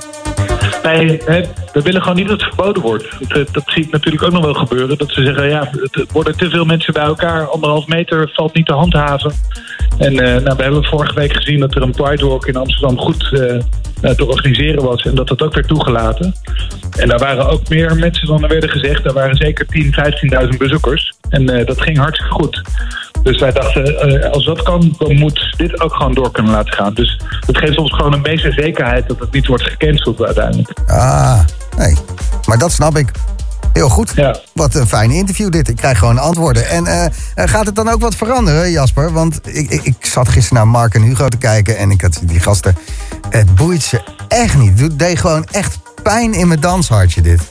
Nee, we willen gewoon niet dat het verboden wordt. Dat zie ik natuurlijk ook nog wel gebeuren. Dat ze zeggen, ja, er worden te veel mensen bij elkaar. 1,5 meter valt niet te handhaven. En we hebben vorige week gezien dat er een Pride Walk in Amsterdam goed te organiseren was. En dat ook werd toegelaten. En daar waren ook meer mensen dan er werden gezegd. Daar waren zeker 10.000, 15.000 bezoekers. En dat ging hartstikke goed. Dus wij dachten, als dat kan, dan moet dit ook gewoon door kunnen laten gaan. Dus het geeft ons gewoon een beetje zekerheid dat het niet wordt gecanceld uiteindelijk. Ah, nee. Maar dat snap ik. Heel goed. Ja. Wat een fijn interview dit. Ik krijg gewoon antwoorden. En gaat het dan ook wat veranderen, Jasper? Want ik zat gisteren naar Mark en Hugo te kijken en ik had die gasten. Het boeit ze echt niet. Het deed gewoon echt pijn in mijn danshartje dit.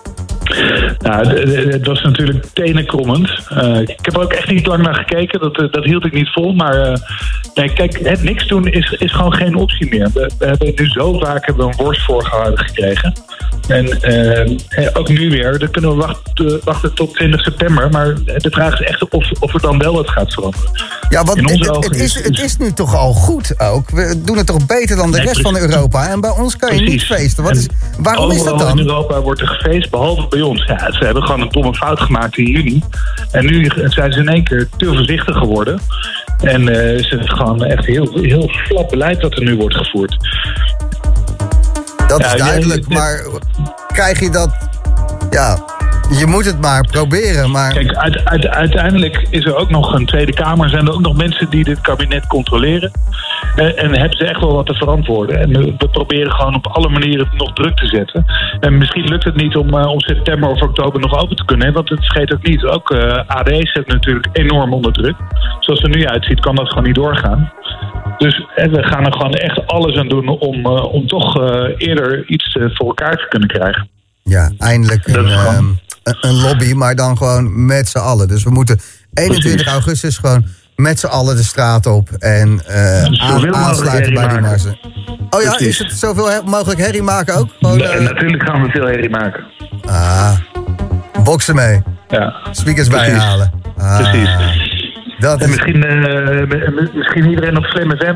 Nou, het was natuurlijk tenenkrommend. Ik heb er ook echt niet lang naar gekeken. Dat hield ik niet vol. Maar nee, kijk, het niks doen is gewoon geen optie meer. We hebben nu zo vaak een worst voorgehouden gekregen. En ook nu weer. Dan kunnen we wachten tot 20 september. Maar de vraag is echt of er dan wel wat gaat veranderen. Ja, want het is nu toch al goed ook. We doen het toch beter dan de rest van Europa. En bij ons kan je niet feesten. Waarom is dat dan? In Europa wordt er gefeest, behalve bij ons. Ja, ze hebben gewoon een domme fout gemaakt in juni. En nu zijn ze in één keer te voorzichtig geworden. En is het gewoon echt heel slap beleid dat er nu wordt gevoerd. Dat is duidelijk, maar krijg je dat... Ja, Je moet het maar proberen, maar... Kijk, uiteindelijk is er ook nog een Tweede Kamer. Zijn er ook nog mensen die dit kabinet controleren. En hebben ze echt wel wat te verantwoorden. En we proberen gewoon op alle manieren nog druk te zetten. En misschien lukt het niet om september of oktober nog open te kunnen. Want het vergeet ook niet. Ook AD zet natuurlijk enorm onder druk. Zoals het er nu uitziet kan dat gewoon niet doorgaan. Dus we gaan er gewoon echt alles aan doen om toch eerder iets voor elkaar te kunnen krijgen. Ja, eindelijk een lobby, maar dan gewoon met z'n allen. Dus we moeten 21 augustus gewoon met z'n allen de straat op en aansluiten bij die marsen. Oh ja, is het zoveel mogelijk herrie maken ook? Gewoon, natuurlijk gaan we veel herrie maken. Boksen mee. Ja. Speakers bijhalen. Precies. Dat en is... misschien iedereen op Slim FM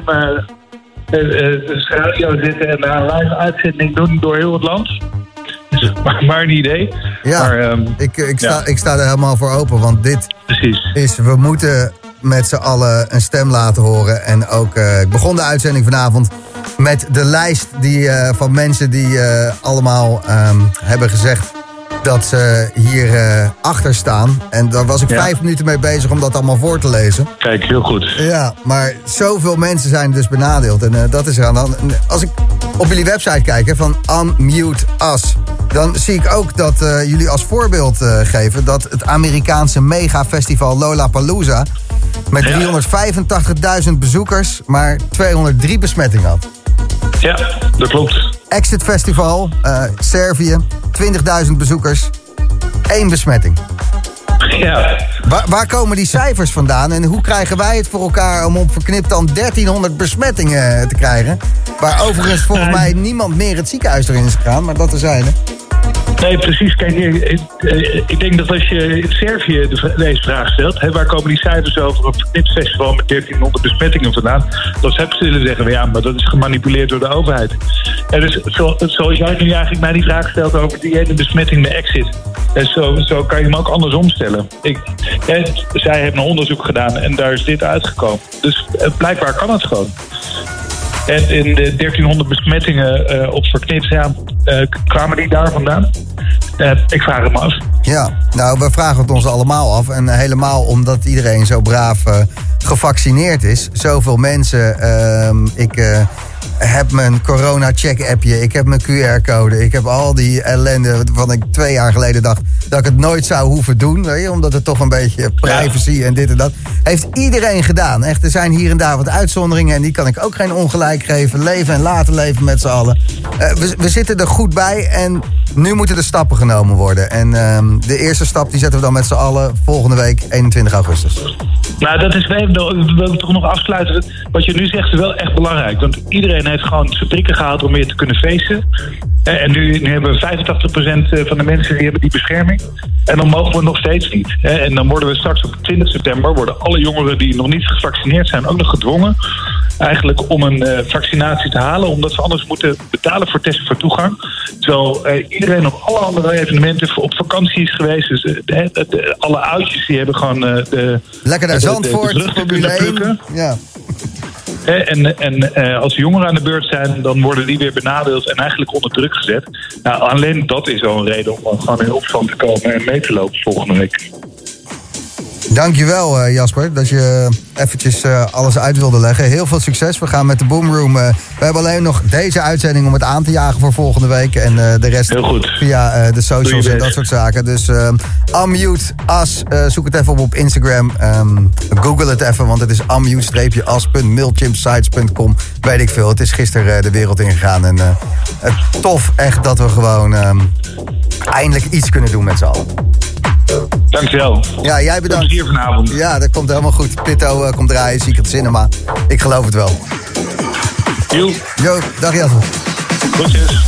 radio zitten en een live uitzending doen door heel het land. Maar een idee. Ja, maar, ik sta er helemaal voor open, want dit is... We moeten met z'n allen een stem laten horen. En ook, ik begon de uitzending vanavond met de lijst van mensen die allemaal hebben gezegd dat ze hier achter staan. En daar was ik 5 minuten mee bezig om dat allemaal voor te lezen. Kijk, heel goed. Ja, maar zoveel mensen zijn dus benadeeld. En dat is er aan de hand. Als ik op jullie website kijk van Unmute Us, dan zie ik ook dat jullie als voorbeeld geven dat het Amerikaanse megafestival Lollapalooza met 385.000 bezoekers maar 203 besmettingen had. Ja, dat klopt. Exit Festival, Servië, 20.000 bezoekers, 1 besmetting. Ja. Waar komen die cijfers vandaan en hoe krijgen wij het voor elkaar om op Verknipt dan 1300 besmettingen te krijgen? Waar overigens volgens mij niemand meer het ziekenhuis erin is gegaan, maar dat terzijde. Nee, precies. Kijk, ik denk dat als je in Servië deze vraag stelt, waar komen die cijfers over op het Knipfestival met 1300 besmettingen vandaan, dan zou ze willen zeggen, ja, maar dat is gemanipuleerd door de overheid. En dus zoals jij nu eigenlijk mij die vraag stelt over die ene besmetting bij Exit, en zo kan je hem ook andersom stellen. Zij hebben een onderzoek gedaan en daar is dit uitgekomen. Dus blijkbaar kan het gewoon. En in de 1300 besmettingen op Verknipt, kwamen die daar vandaan? Ik vraag het me af. Ja, nou, we vragen het ons allemaal af. En helemaal omdat iedereen zo braaf gevaccineerd is. Zoveel mensen. Ik heb mijn corona-check-appje. Ik heb mijn QR-code. Ik heb al die ellende waarvan ik 2 jaar geleden dacht dat ik het nooit zou hoeven doen. Weet je, omdat het toch een beetje privacy en dit en dat. Heeft iedereen gedaan. Echt, er zijn hier en daar wat uitzonderingen. En die kan ik ook geen ongelijk geven. Leven en laten leven met z'n allen. We zitten er goed bij. En nu moeten de stappen genomen worden. En de eerste stap die zetten we dan met z'n allen volgende week 21 augustus. Nou, dat is wil ik toch nog afsluiten. Wat je nu zegt is wel echt belangrijk. Want iedereen heeft gewoon zijn prikken gehaald om weer te kunnen feesten. En nu hebben we 85% van de mensen die hebben die bescherming. En dan mogen we nog steeds niet. En dan worden we straks op 20 september... worden alle jongeren die nog niet gevaccineerd zijn ook nog gedwongen... eigenlijk om een vaccinatie te halen... omdat ze anders moeten betalen voor testen voor toegang. Terwijl iedereen op alle andere evenementen op vakantie is geweest. Dus alle oudjes die hebben gewoon... Lekker naar Zandvoort, Formule 1. Ja. En als jongeren aan de beurt zijn, dan worden die weer benadeeld en eigenlijk onder druk gezet. Nou, alleen dat is al een reden om gewoon in opstand te komen en mee te lopen volgende week. Dankjewel Jasper, dat je eventjes alles uit wilde leggen. Heel veel succes. We gaan met de Boomroom. We hebben alleen nog deze uitzending om het aan te jagen voor volgende week. En de rest via de socials en dat soort zaken. Dus Unmute Us. Zoek het even op Instagram. Google het even, want het is unmute-us.mailchimpsites.com. Weet ik veel. Het is gisteren de wereld ingegaan. En tof echt dat we gewoon eindelijk iets kunnen doen met z'n allen. Dankjewel. Ja, jij bedankt. Hier vanavond. Ja, dat komt helemaal goed. Pitto komt draaien, Secret Cinema. Ik geloof het wel. Jo, dag Jasper. Goedjes.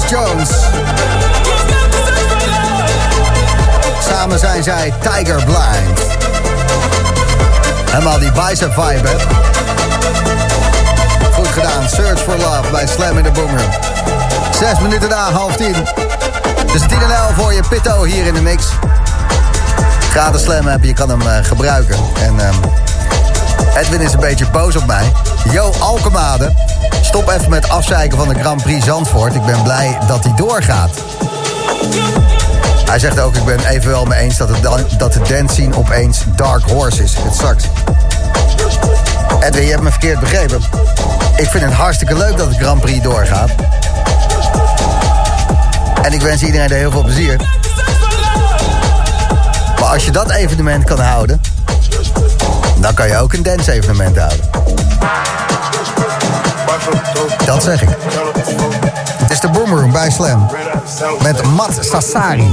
Jones. Samen zijn zij Tiger Blind. Helemaal die bicep vibe, hè? Goed gedaan. Search for Love bij Slam in de Boomroom. 6 minuten na 9:30. Tussen 10 en 11 voor je Pitto hier in de mix. Gratis Slam heb je kan hem gebruiken. En Edwin is een beetje boos op mij. Yo, Alkemade. Stop even met afzeiken van de Grand Prix Zandvoort. Ik ben blij dat hij doorgaat. Hij zegt ook, ik ben evenwel mee eens dat de dance scene opeens Dark Horse is. Het straks. Edwin, je hebt me verkeerd begrepen. Ik vind het hartstikke leuk dat de Grand Prix doorgaat. En ik wens iedereen er heel veel plezier. Maar als je dat evenement kan houden, dan kan je ook een dance evenement houden. Dat zeg ik. Het is de Boomroom bij Slam. Met Matt Sassari.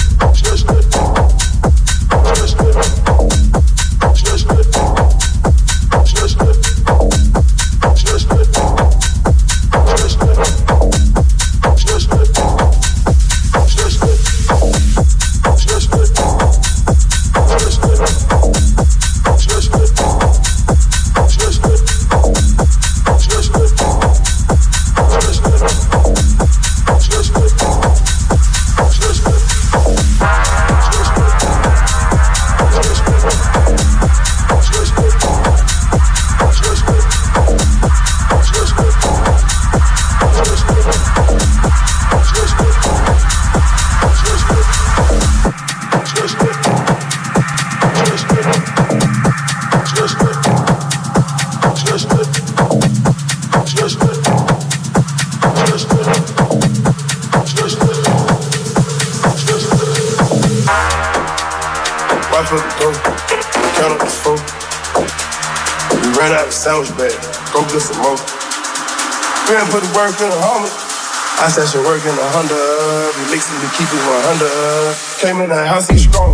Sandwich bag, go get some more. We done put the work in the homie. I said she work in the Honda. We mixing to keep it 100. Came in the house, he strong.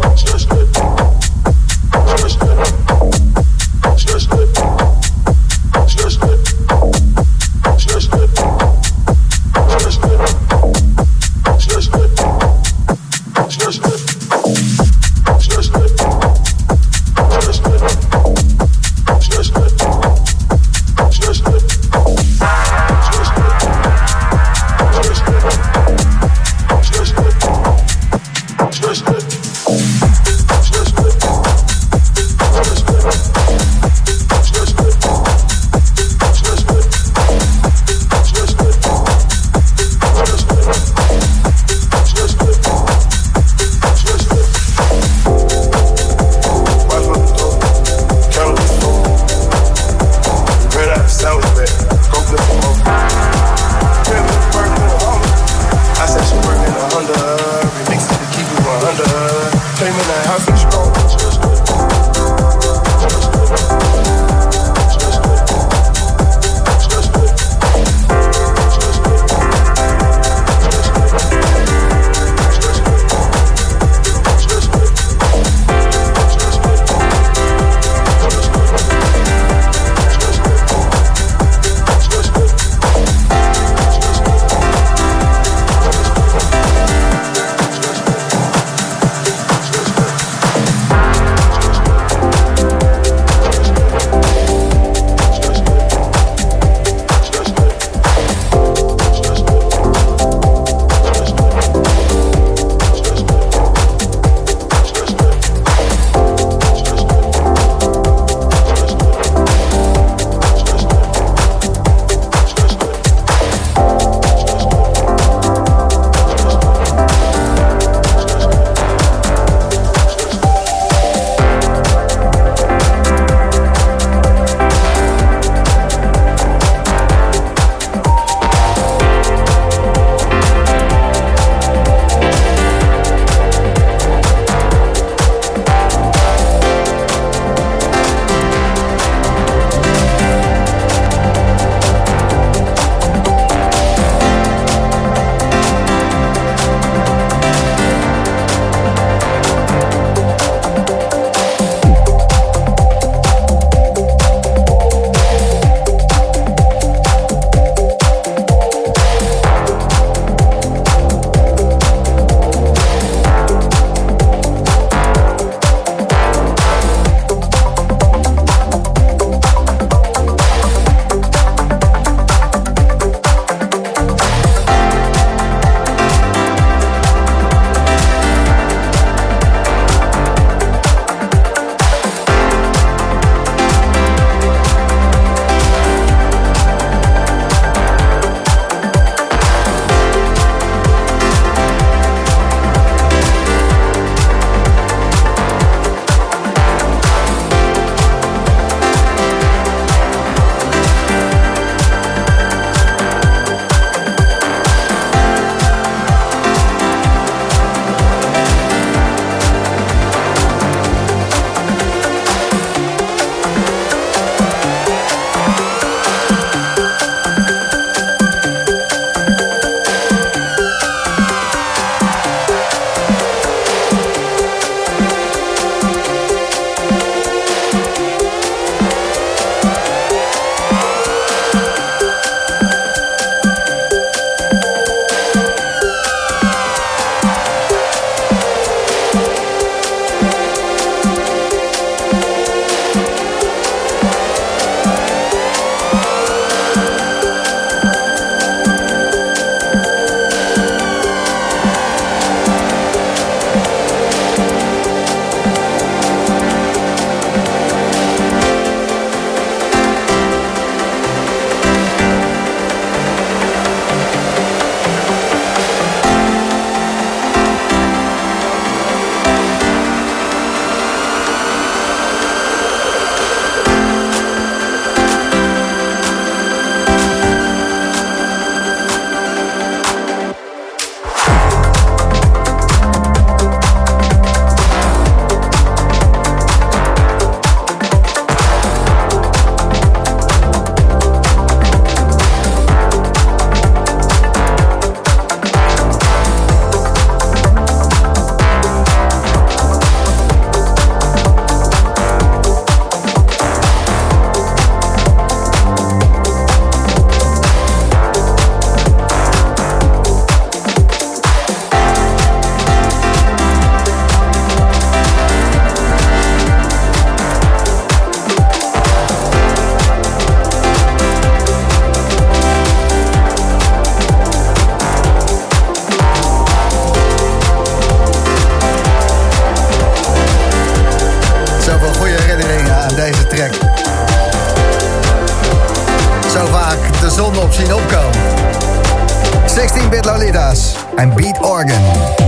16-bit Lolitas en Beat Organ.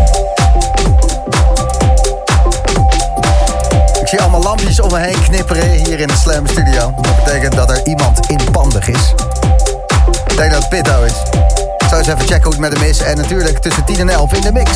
Ik zie allemaal lampjes om me heen knipperen hier in de Slam Studio. Dat betekent dat er iemand inpandig is. Ik denk dat het Pitto is. Ik zou eens even checken hoe het met hem is. En natuurlijk tussen 10 en 11 in de mix.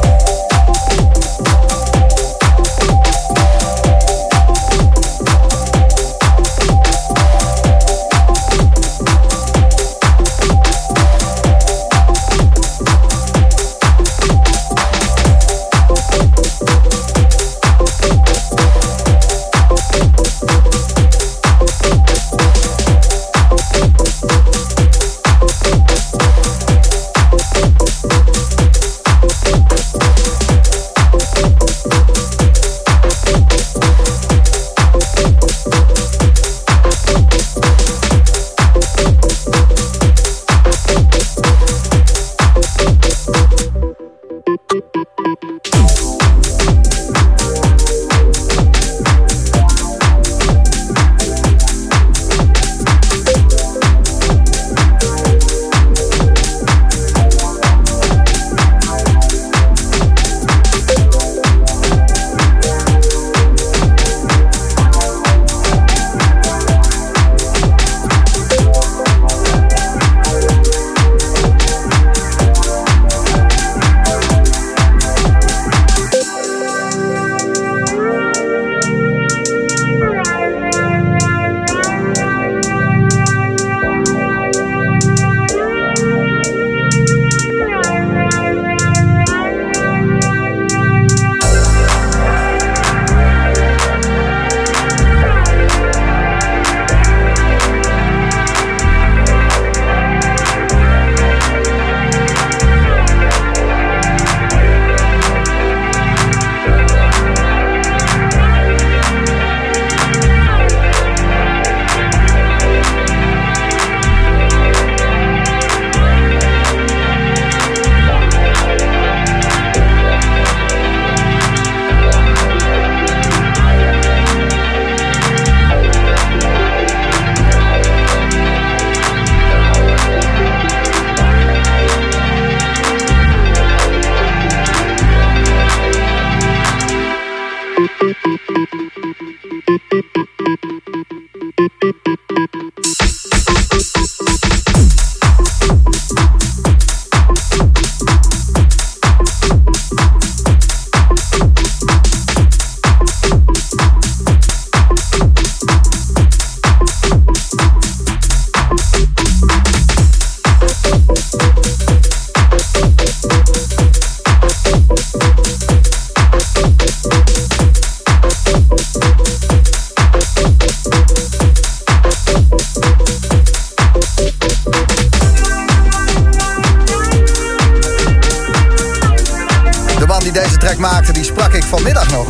Die sprak ik vanmiddag nog.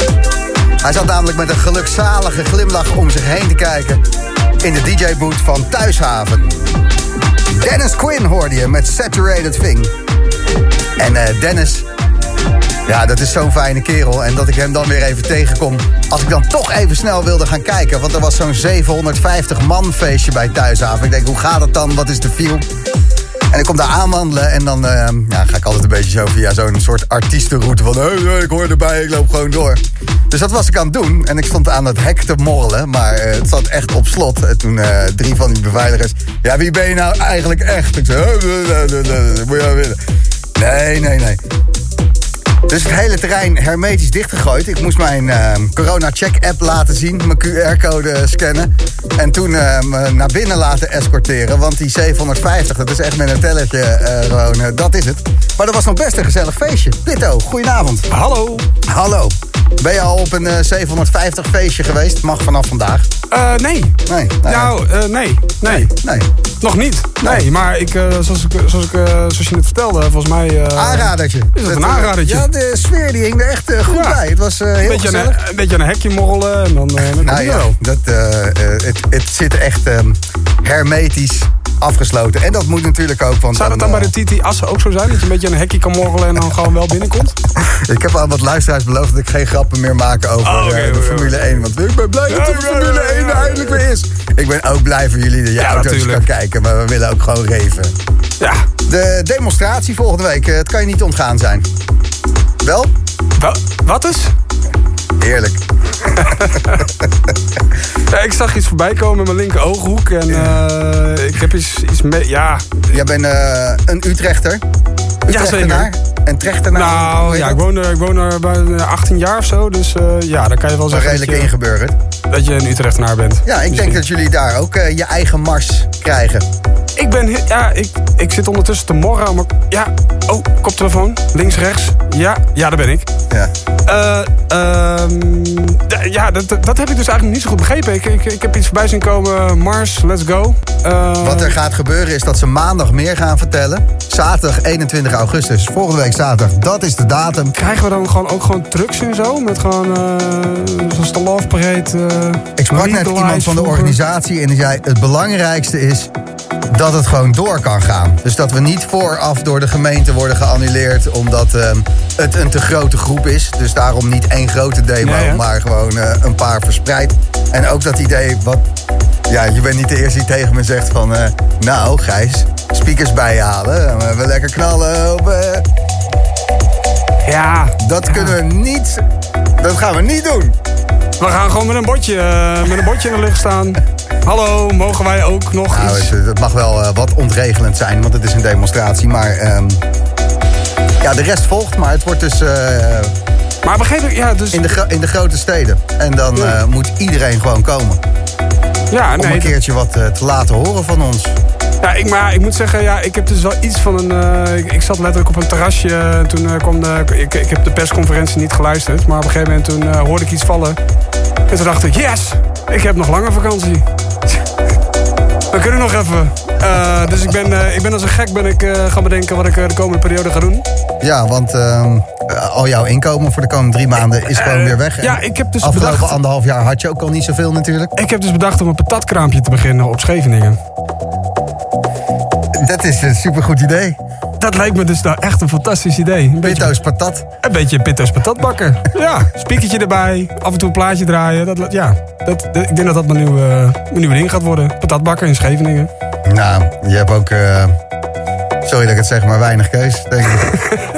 Hij zat namelijk met een gelukzalige glimlach om zich heen te kijken in de DJ-boot van Thuishaven. Dennis Quinn hoorde je met Saturated Thing. En Dennis, ja, dat is zo'n fijne kerel. En dat ik hem dan weer even tegenkom als ik dan toch even snel wilde gaan kijken. Want er was zo'n 750 man feestje bij Thuishaven. Ik denk, hoe gaat het dan? Wat is de feel? En ik kom daar aanwandelen en dan ga ik altijd een beetje zo via zo'n soort artiestenroute van hey, ik hoor erbij, ik loop gewoon door. Dus dat was ik aan het doen en ik stond aan het hek te morrelen, maar het zat echt op slot. En toen 3 van die beveiligers, ja, wie ben je nou eigenlijk echt? Ik zei, moet je nou willen? Nee. Dus het hele terrein hermetisch dichtgegooid. Ik moest mijn corona-check-app laten zien, mijn QR-code scannen. En toen me naar binnen laten escorteren. Want die 750, dat is echt met een tellertje gewoon, dat is het. Maar dat was nog best een gezellig feestje. Pitto, goedenavond. Hallo. Ben je al op een 750 feestje geweest? Mag vanaf vandaag. Nee. Nee. Nog niet. Nee, maar zoals je net vertelde, volgens mij... aanradertje. Is het een aanradertje? Ja, de sfeer die hing er echt goed bij. Het was heel gezellig. Een beetje aan een hekje morrelen en dan komt het wel. Het zit echt hermetisch afgesloten. En dat moet natuurlijk ook. Want zou dat dan bij de TT Assen ook zo zijn? Dat je een beetje aan een hekje kan morrelen en dan gewoon wel binnenkomt? Ik heb aan wat luisteraars beloofd dat ik geen grappen meer maak over de Formule 1. Want ik ben blij dat de Formule 1 eindelijk weer is. Ik ben ook blij voor jullie dat je auto's kan kijken. Maar we willen ook gewoon reven. Ja, De demonstratie volgende week, het kan je niet ontgaan zijn. Wel? Wat is? Heerlijk. Ja, ik zag iets voorbij komen in mijn linker ooghoek en ik heb iets mee. Ja. Jij bent een Utrechter? Ja, zeker. En Trechternaar? Nou ja, ik woon er bij 18 jaar of zo, dus ja, dan kan je wel zeggen. Redelijk ingeburgerd. Dat je een Utrechternaar bent. Ja, ik denk dat jullie daar ook je eigen mars krijgen. Ik zit ondertussen te morren, maar ja. Oh, koptelefoon. Links, rechts. Ja, daar ben ik. Ja. Dat heb ik dus eigenlijk niet zo goed begrepen. Ik heb iets voorbij zien komen. Mars, let's go. Wat er gaat gebeuren is dat ze maandag meer gaan vertellen. Zaterdag 21 augustus, volgende week zaterdag. Dat is de datum. Krijgen we dan ook gewoon trucks en zo? Met gewoon zoals de Love Parade. Ik sprak net iemand van de organisatie en die zei... het belangrijkste is dat het gewoon door kan gaan. Dus dat we niet vooraf door de gemeente worden geannuleerd... omdat het een te grote groep is. Dus daarom niet één grote demo, maar gewoon een paar verspreid. En ook dat idee wat... Ja, je bent niet de eerste die tegen me zegt van... nou, Gijs, speakers bijhalen. We lekker knallen op... Ja. Dat kunnen we niet... Dat gaan we niet doen. We gaan gewoon met een bordje in de lucht staan. Hallo, mogen wij ook nog iets? Het mag wel wat ontregelend zijn, want het is een demonstratie. Maar ja, de rest volgt, maar het wordt dus... maar begreep ik, ja, dus... In de grote steden. En dan moet iedereen gewoon komen. Ja, om een keertje wat te laten horen van ons. Ja, maar ik moet zeggen, ja, ik heb dus wel iets van een... ik zat letterlijk op een terrasje en toen kwam ik heb de persconferentie niet geluisterd. Maar op een gegeven moment toen hoorde ik iets vallen. En toen dacht ik, yes, ik heb nog langer vakantie. We kunnen nog even. Dus ik ben als een gek gaan bedenken wat ik de komende periode ga doen. Ja, want al jouw inkomen voor de komende 3 maanden is gewoon weer weg. Ja, ik heb dus afgelopen 1,5 jaar had je ook al niet zoveel natuurlijk. Ik heb dus bedacht om een patatkraampje te beginnen op Scheveningen. Dat is een supergoed idee. Dat lijkt me dus nou echt een fantastisch idee. Pitto's patat. Een beetje pitto's patat bakken. Ja, spiekertje erbij, af en toe een plaatje draaien. Ik denk dat mijn nieuwe ding gaat worden. Patat bakken in Scheveningen. Nou, je hebt ook, sorry dat ik het zeg, maar weinig keus, denk ik.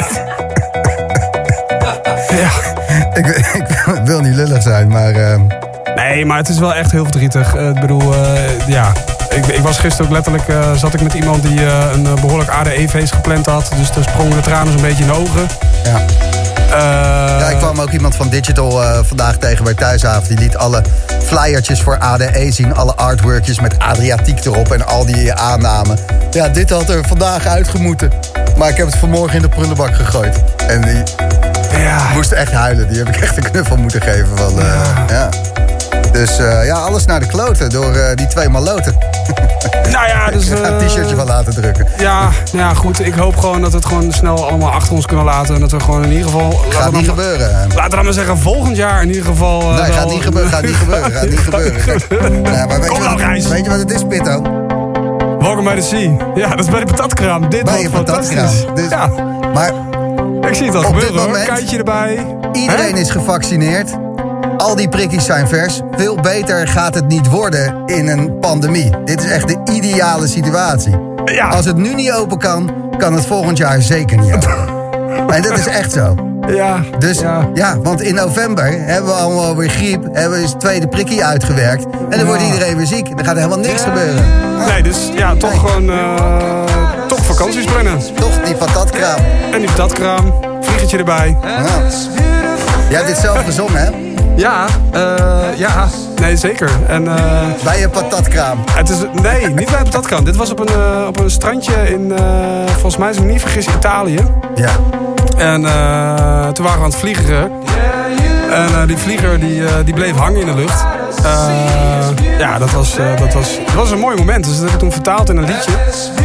Ja. Ik wil niet lullig zijn, maar... Nee, maar het is wel echt heel verdrietig. Ik bedoel, ja... Ik was gisteren ook letterlijk, zat ik met iemand die een behoorlijk ADE-feest gepland had. Dus daar sprongen de tranen zo'n beetje in de ogen. Ja. Ja, ik kwam ook iemand van Digital vandaag tegen bij Thuishaven. Die liet alle flyertjes voor ADE zien. Alle artworkjes met Adriatiek erop en al die aannamen. Ja, dit had er vandaag uitgemoeten. Maar ik heb het vanmorgen in de prullenbak gegooid. En die moest echt huilen. Die heb ik echt een knuffel moeten geven. Van, ja. Dus ja, alles naar de kloten door die 2 maloten. Nou ja, dus... Ik ga een t-shirtje van laten drukken. Ja, goed. Ik hoop gewoon dat we het gewoon snel allemaal achter ons kunnen laten. En dat we gewoon in ieder geval... Gaat niet gebeuren. Laten we dan maar zeggen, volgend jaar in ieder geval... nee, gaat niet gebeuren. Ja, maar weet je wat het is, Pitto? Welkom bij de Sea. Ja, dat is bij de patatkraam. Dit bij je patatkraam. Dus, ja. Maar ik zie het al gebeuren, hoor. Kijkje erbij. Iedereen is gevaccineerd. Al die prikkies zijn vers. Veel beter gaat het niet worden in een pandemie. Dit is echt de ideale situatie. Ja. Als het nu niet open kan het volgend jaar zeker niet open. En dat is echt zo. Ja. Dus ja, want in november hebben we allemaal weer griep. Hebben we eens 2e prikkie uitgewerkt. En dan wordt iedereen weer ziek. Dan gaat er helemaal niks gebeuren. Nee, dus ja, toch gewoon... toch vakanties plannen. Toch die patatkraam. En die patatkraam. Vliegetje erbij. Ja. Jij hebt dit zelf gezongen, hè? Ja, nee, zeker. En, bij je patatkraam? Nee, niet bij een patatkraam. Dit was op een strandje in, volgens mij, als ik me niet vergis, Italië. Ja. En toen waren we aan het vliegen. En die vlieger die bleef hangen in de lucht. Ja, dat was een mooi moment. Dus dat heb ik toen vertaald in een liedje.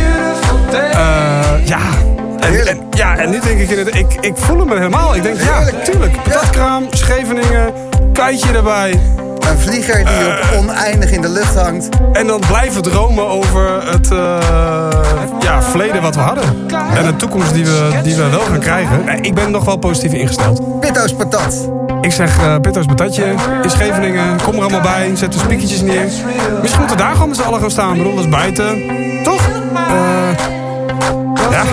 Ja. En nu denk ik voel hem helemaal. Ik denk, ja, tuurlijk. Patatkraam, Scheveningen, kiteje erbij. Een vlieger die op oneindig in de lucht hangt. En dan blijven dromen over het verleden wat we hadden. Ja. En de toekomst die we wel gaan krijgen. Nee, ik ben nog wel positief ingesteld. Pitto's patat. Ik zeg Pitto's patatje in Scheveningen. Kom er allemaal bij. Zet de spiekertjes neer. Misschien moeten we daar gewoon met z'n allen gaan staan. Ik bedoel, dat is buiten. Toch? Ja.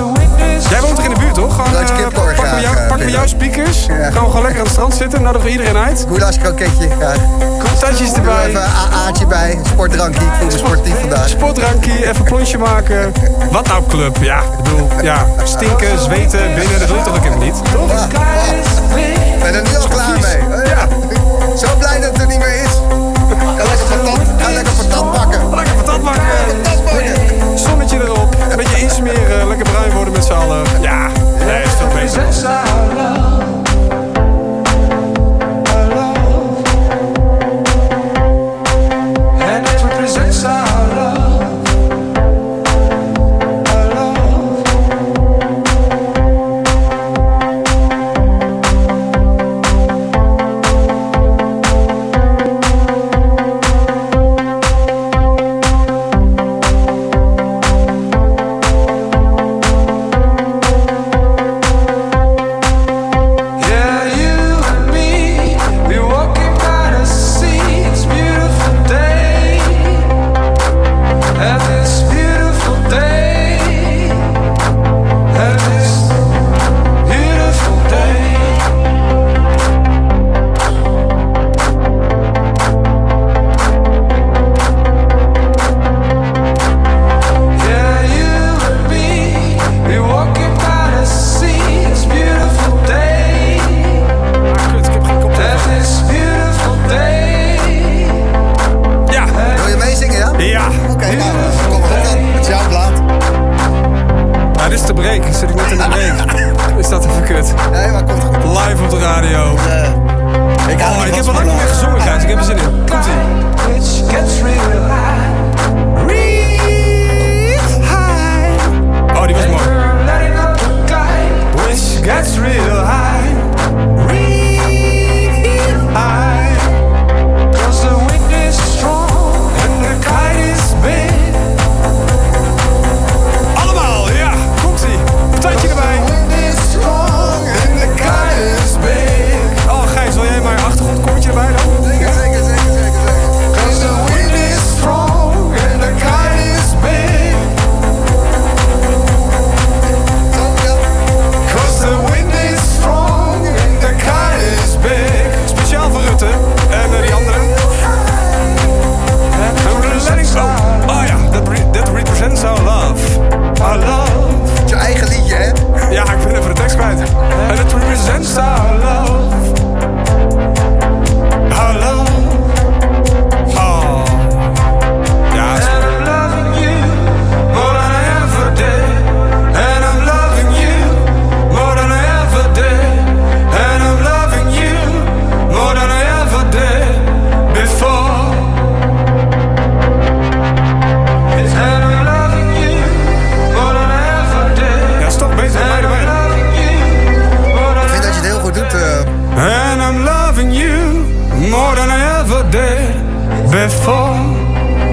speakers. Gaan we gewoon lekker aan het strand zitten. Nodigen we iedereen uit. Goulash kroketje graag. Croissantjes erbij. Even een AA'tje bij. Sportdrankje. Ik voel me sportief vandaag. Sportdrankje. Even plonsje maken. Wat nou club? Ja, ik bedoel, ja. Stinken, zweten, binnen. Dat wil je toch ook helemaal niet? Toch? Ja. Ben er nu al klaar mee. Ja. Zo blij dat het er niet meer is. Ga lekker patat pakken. Lekker patat pakken. Zonnetje erop. Een beetje insmeren. Lekker bruin worden met z'n allen. Ja, nee, is toch beter.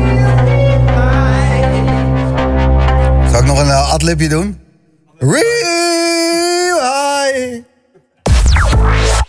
Adlibje doen? Real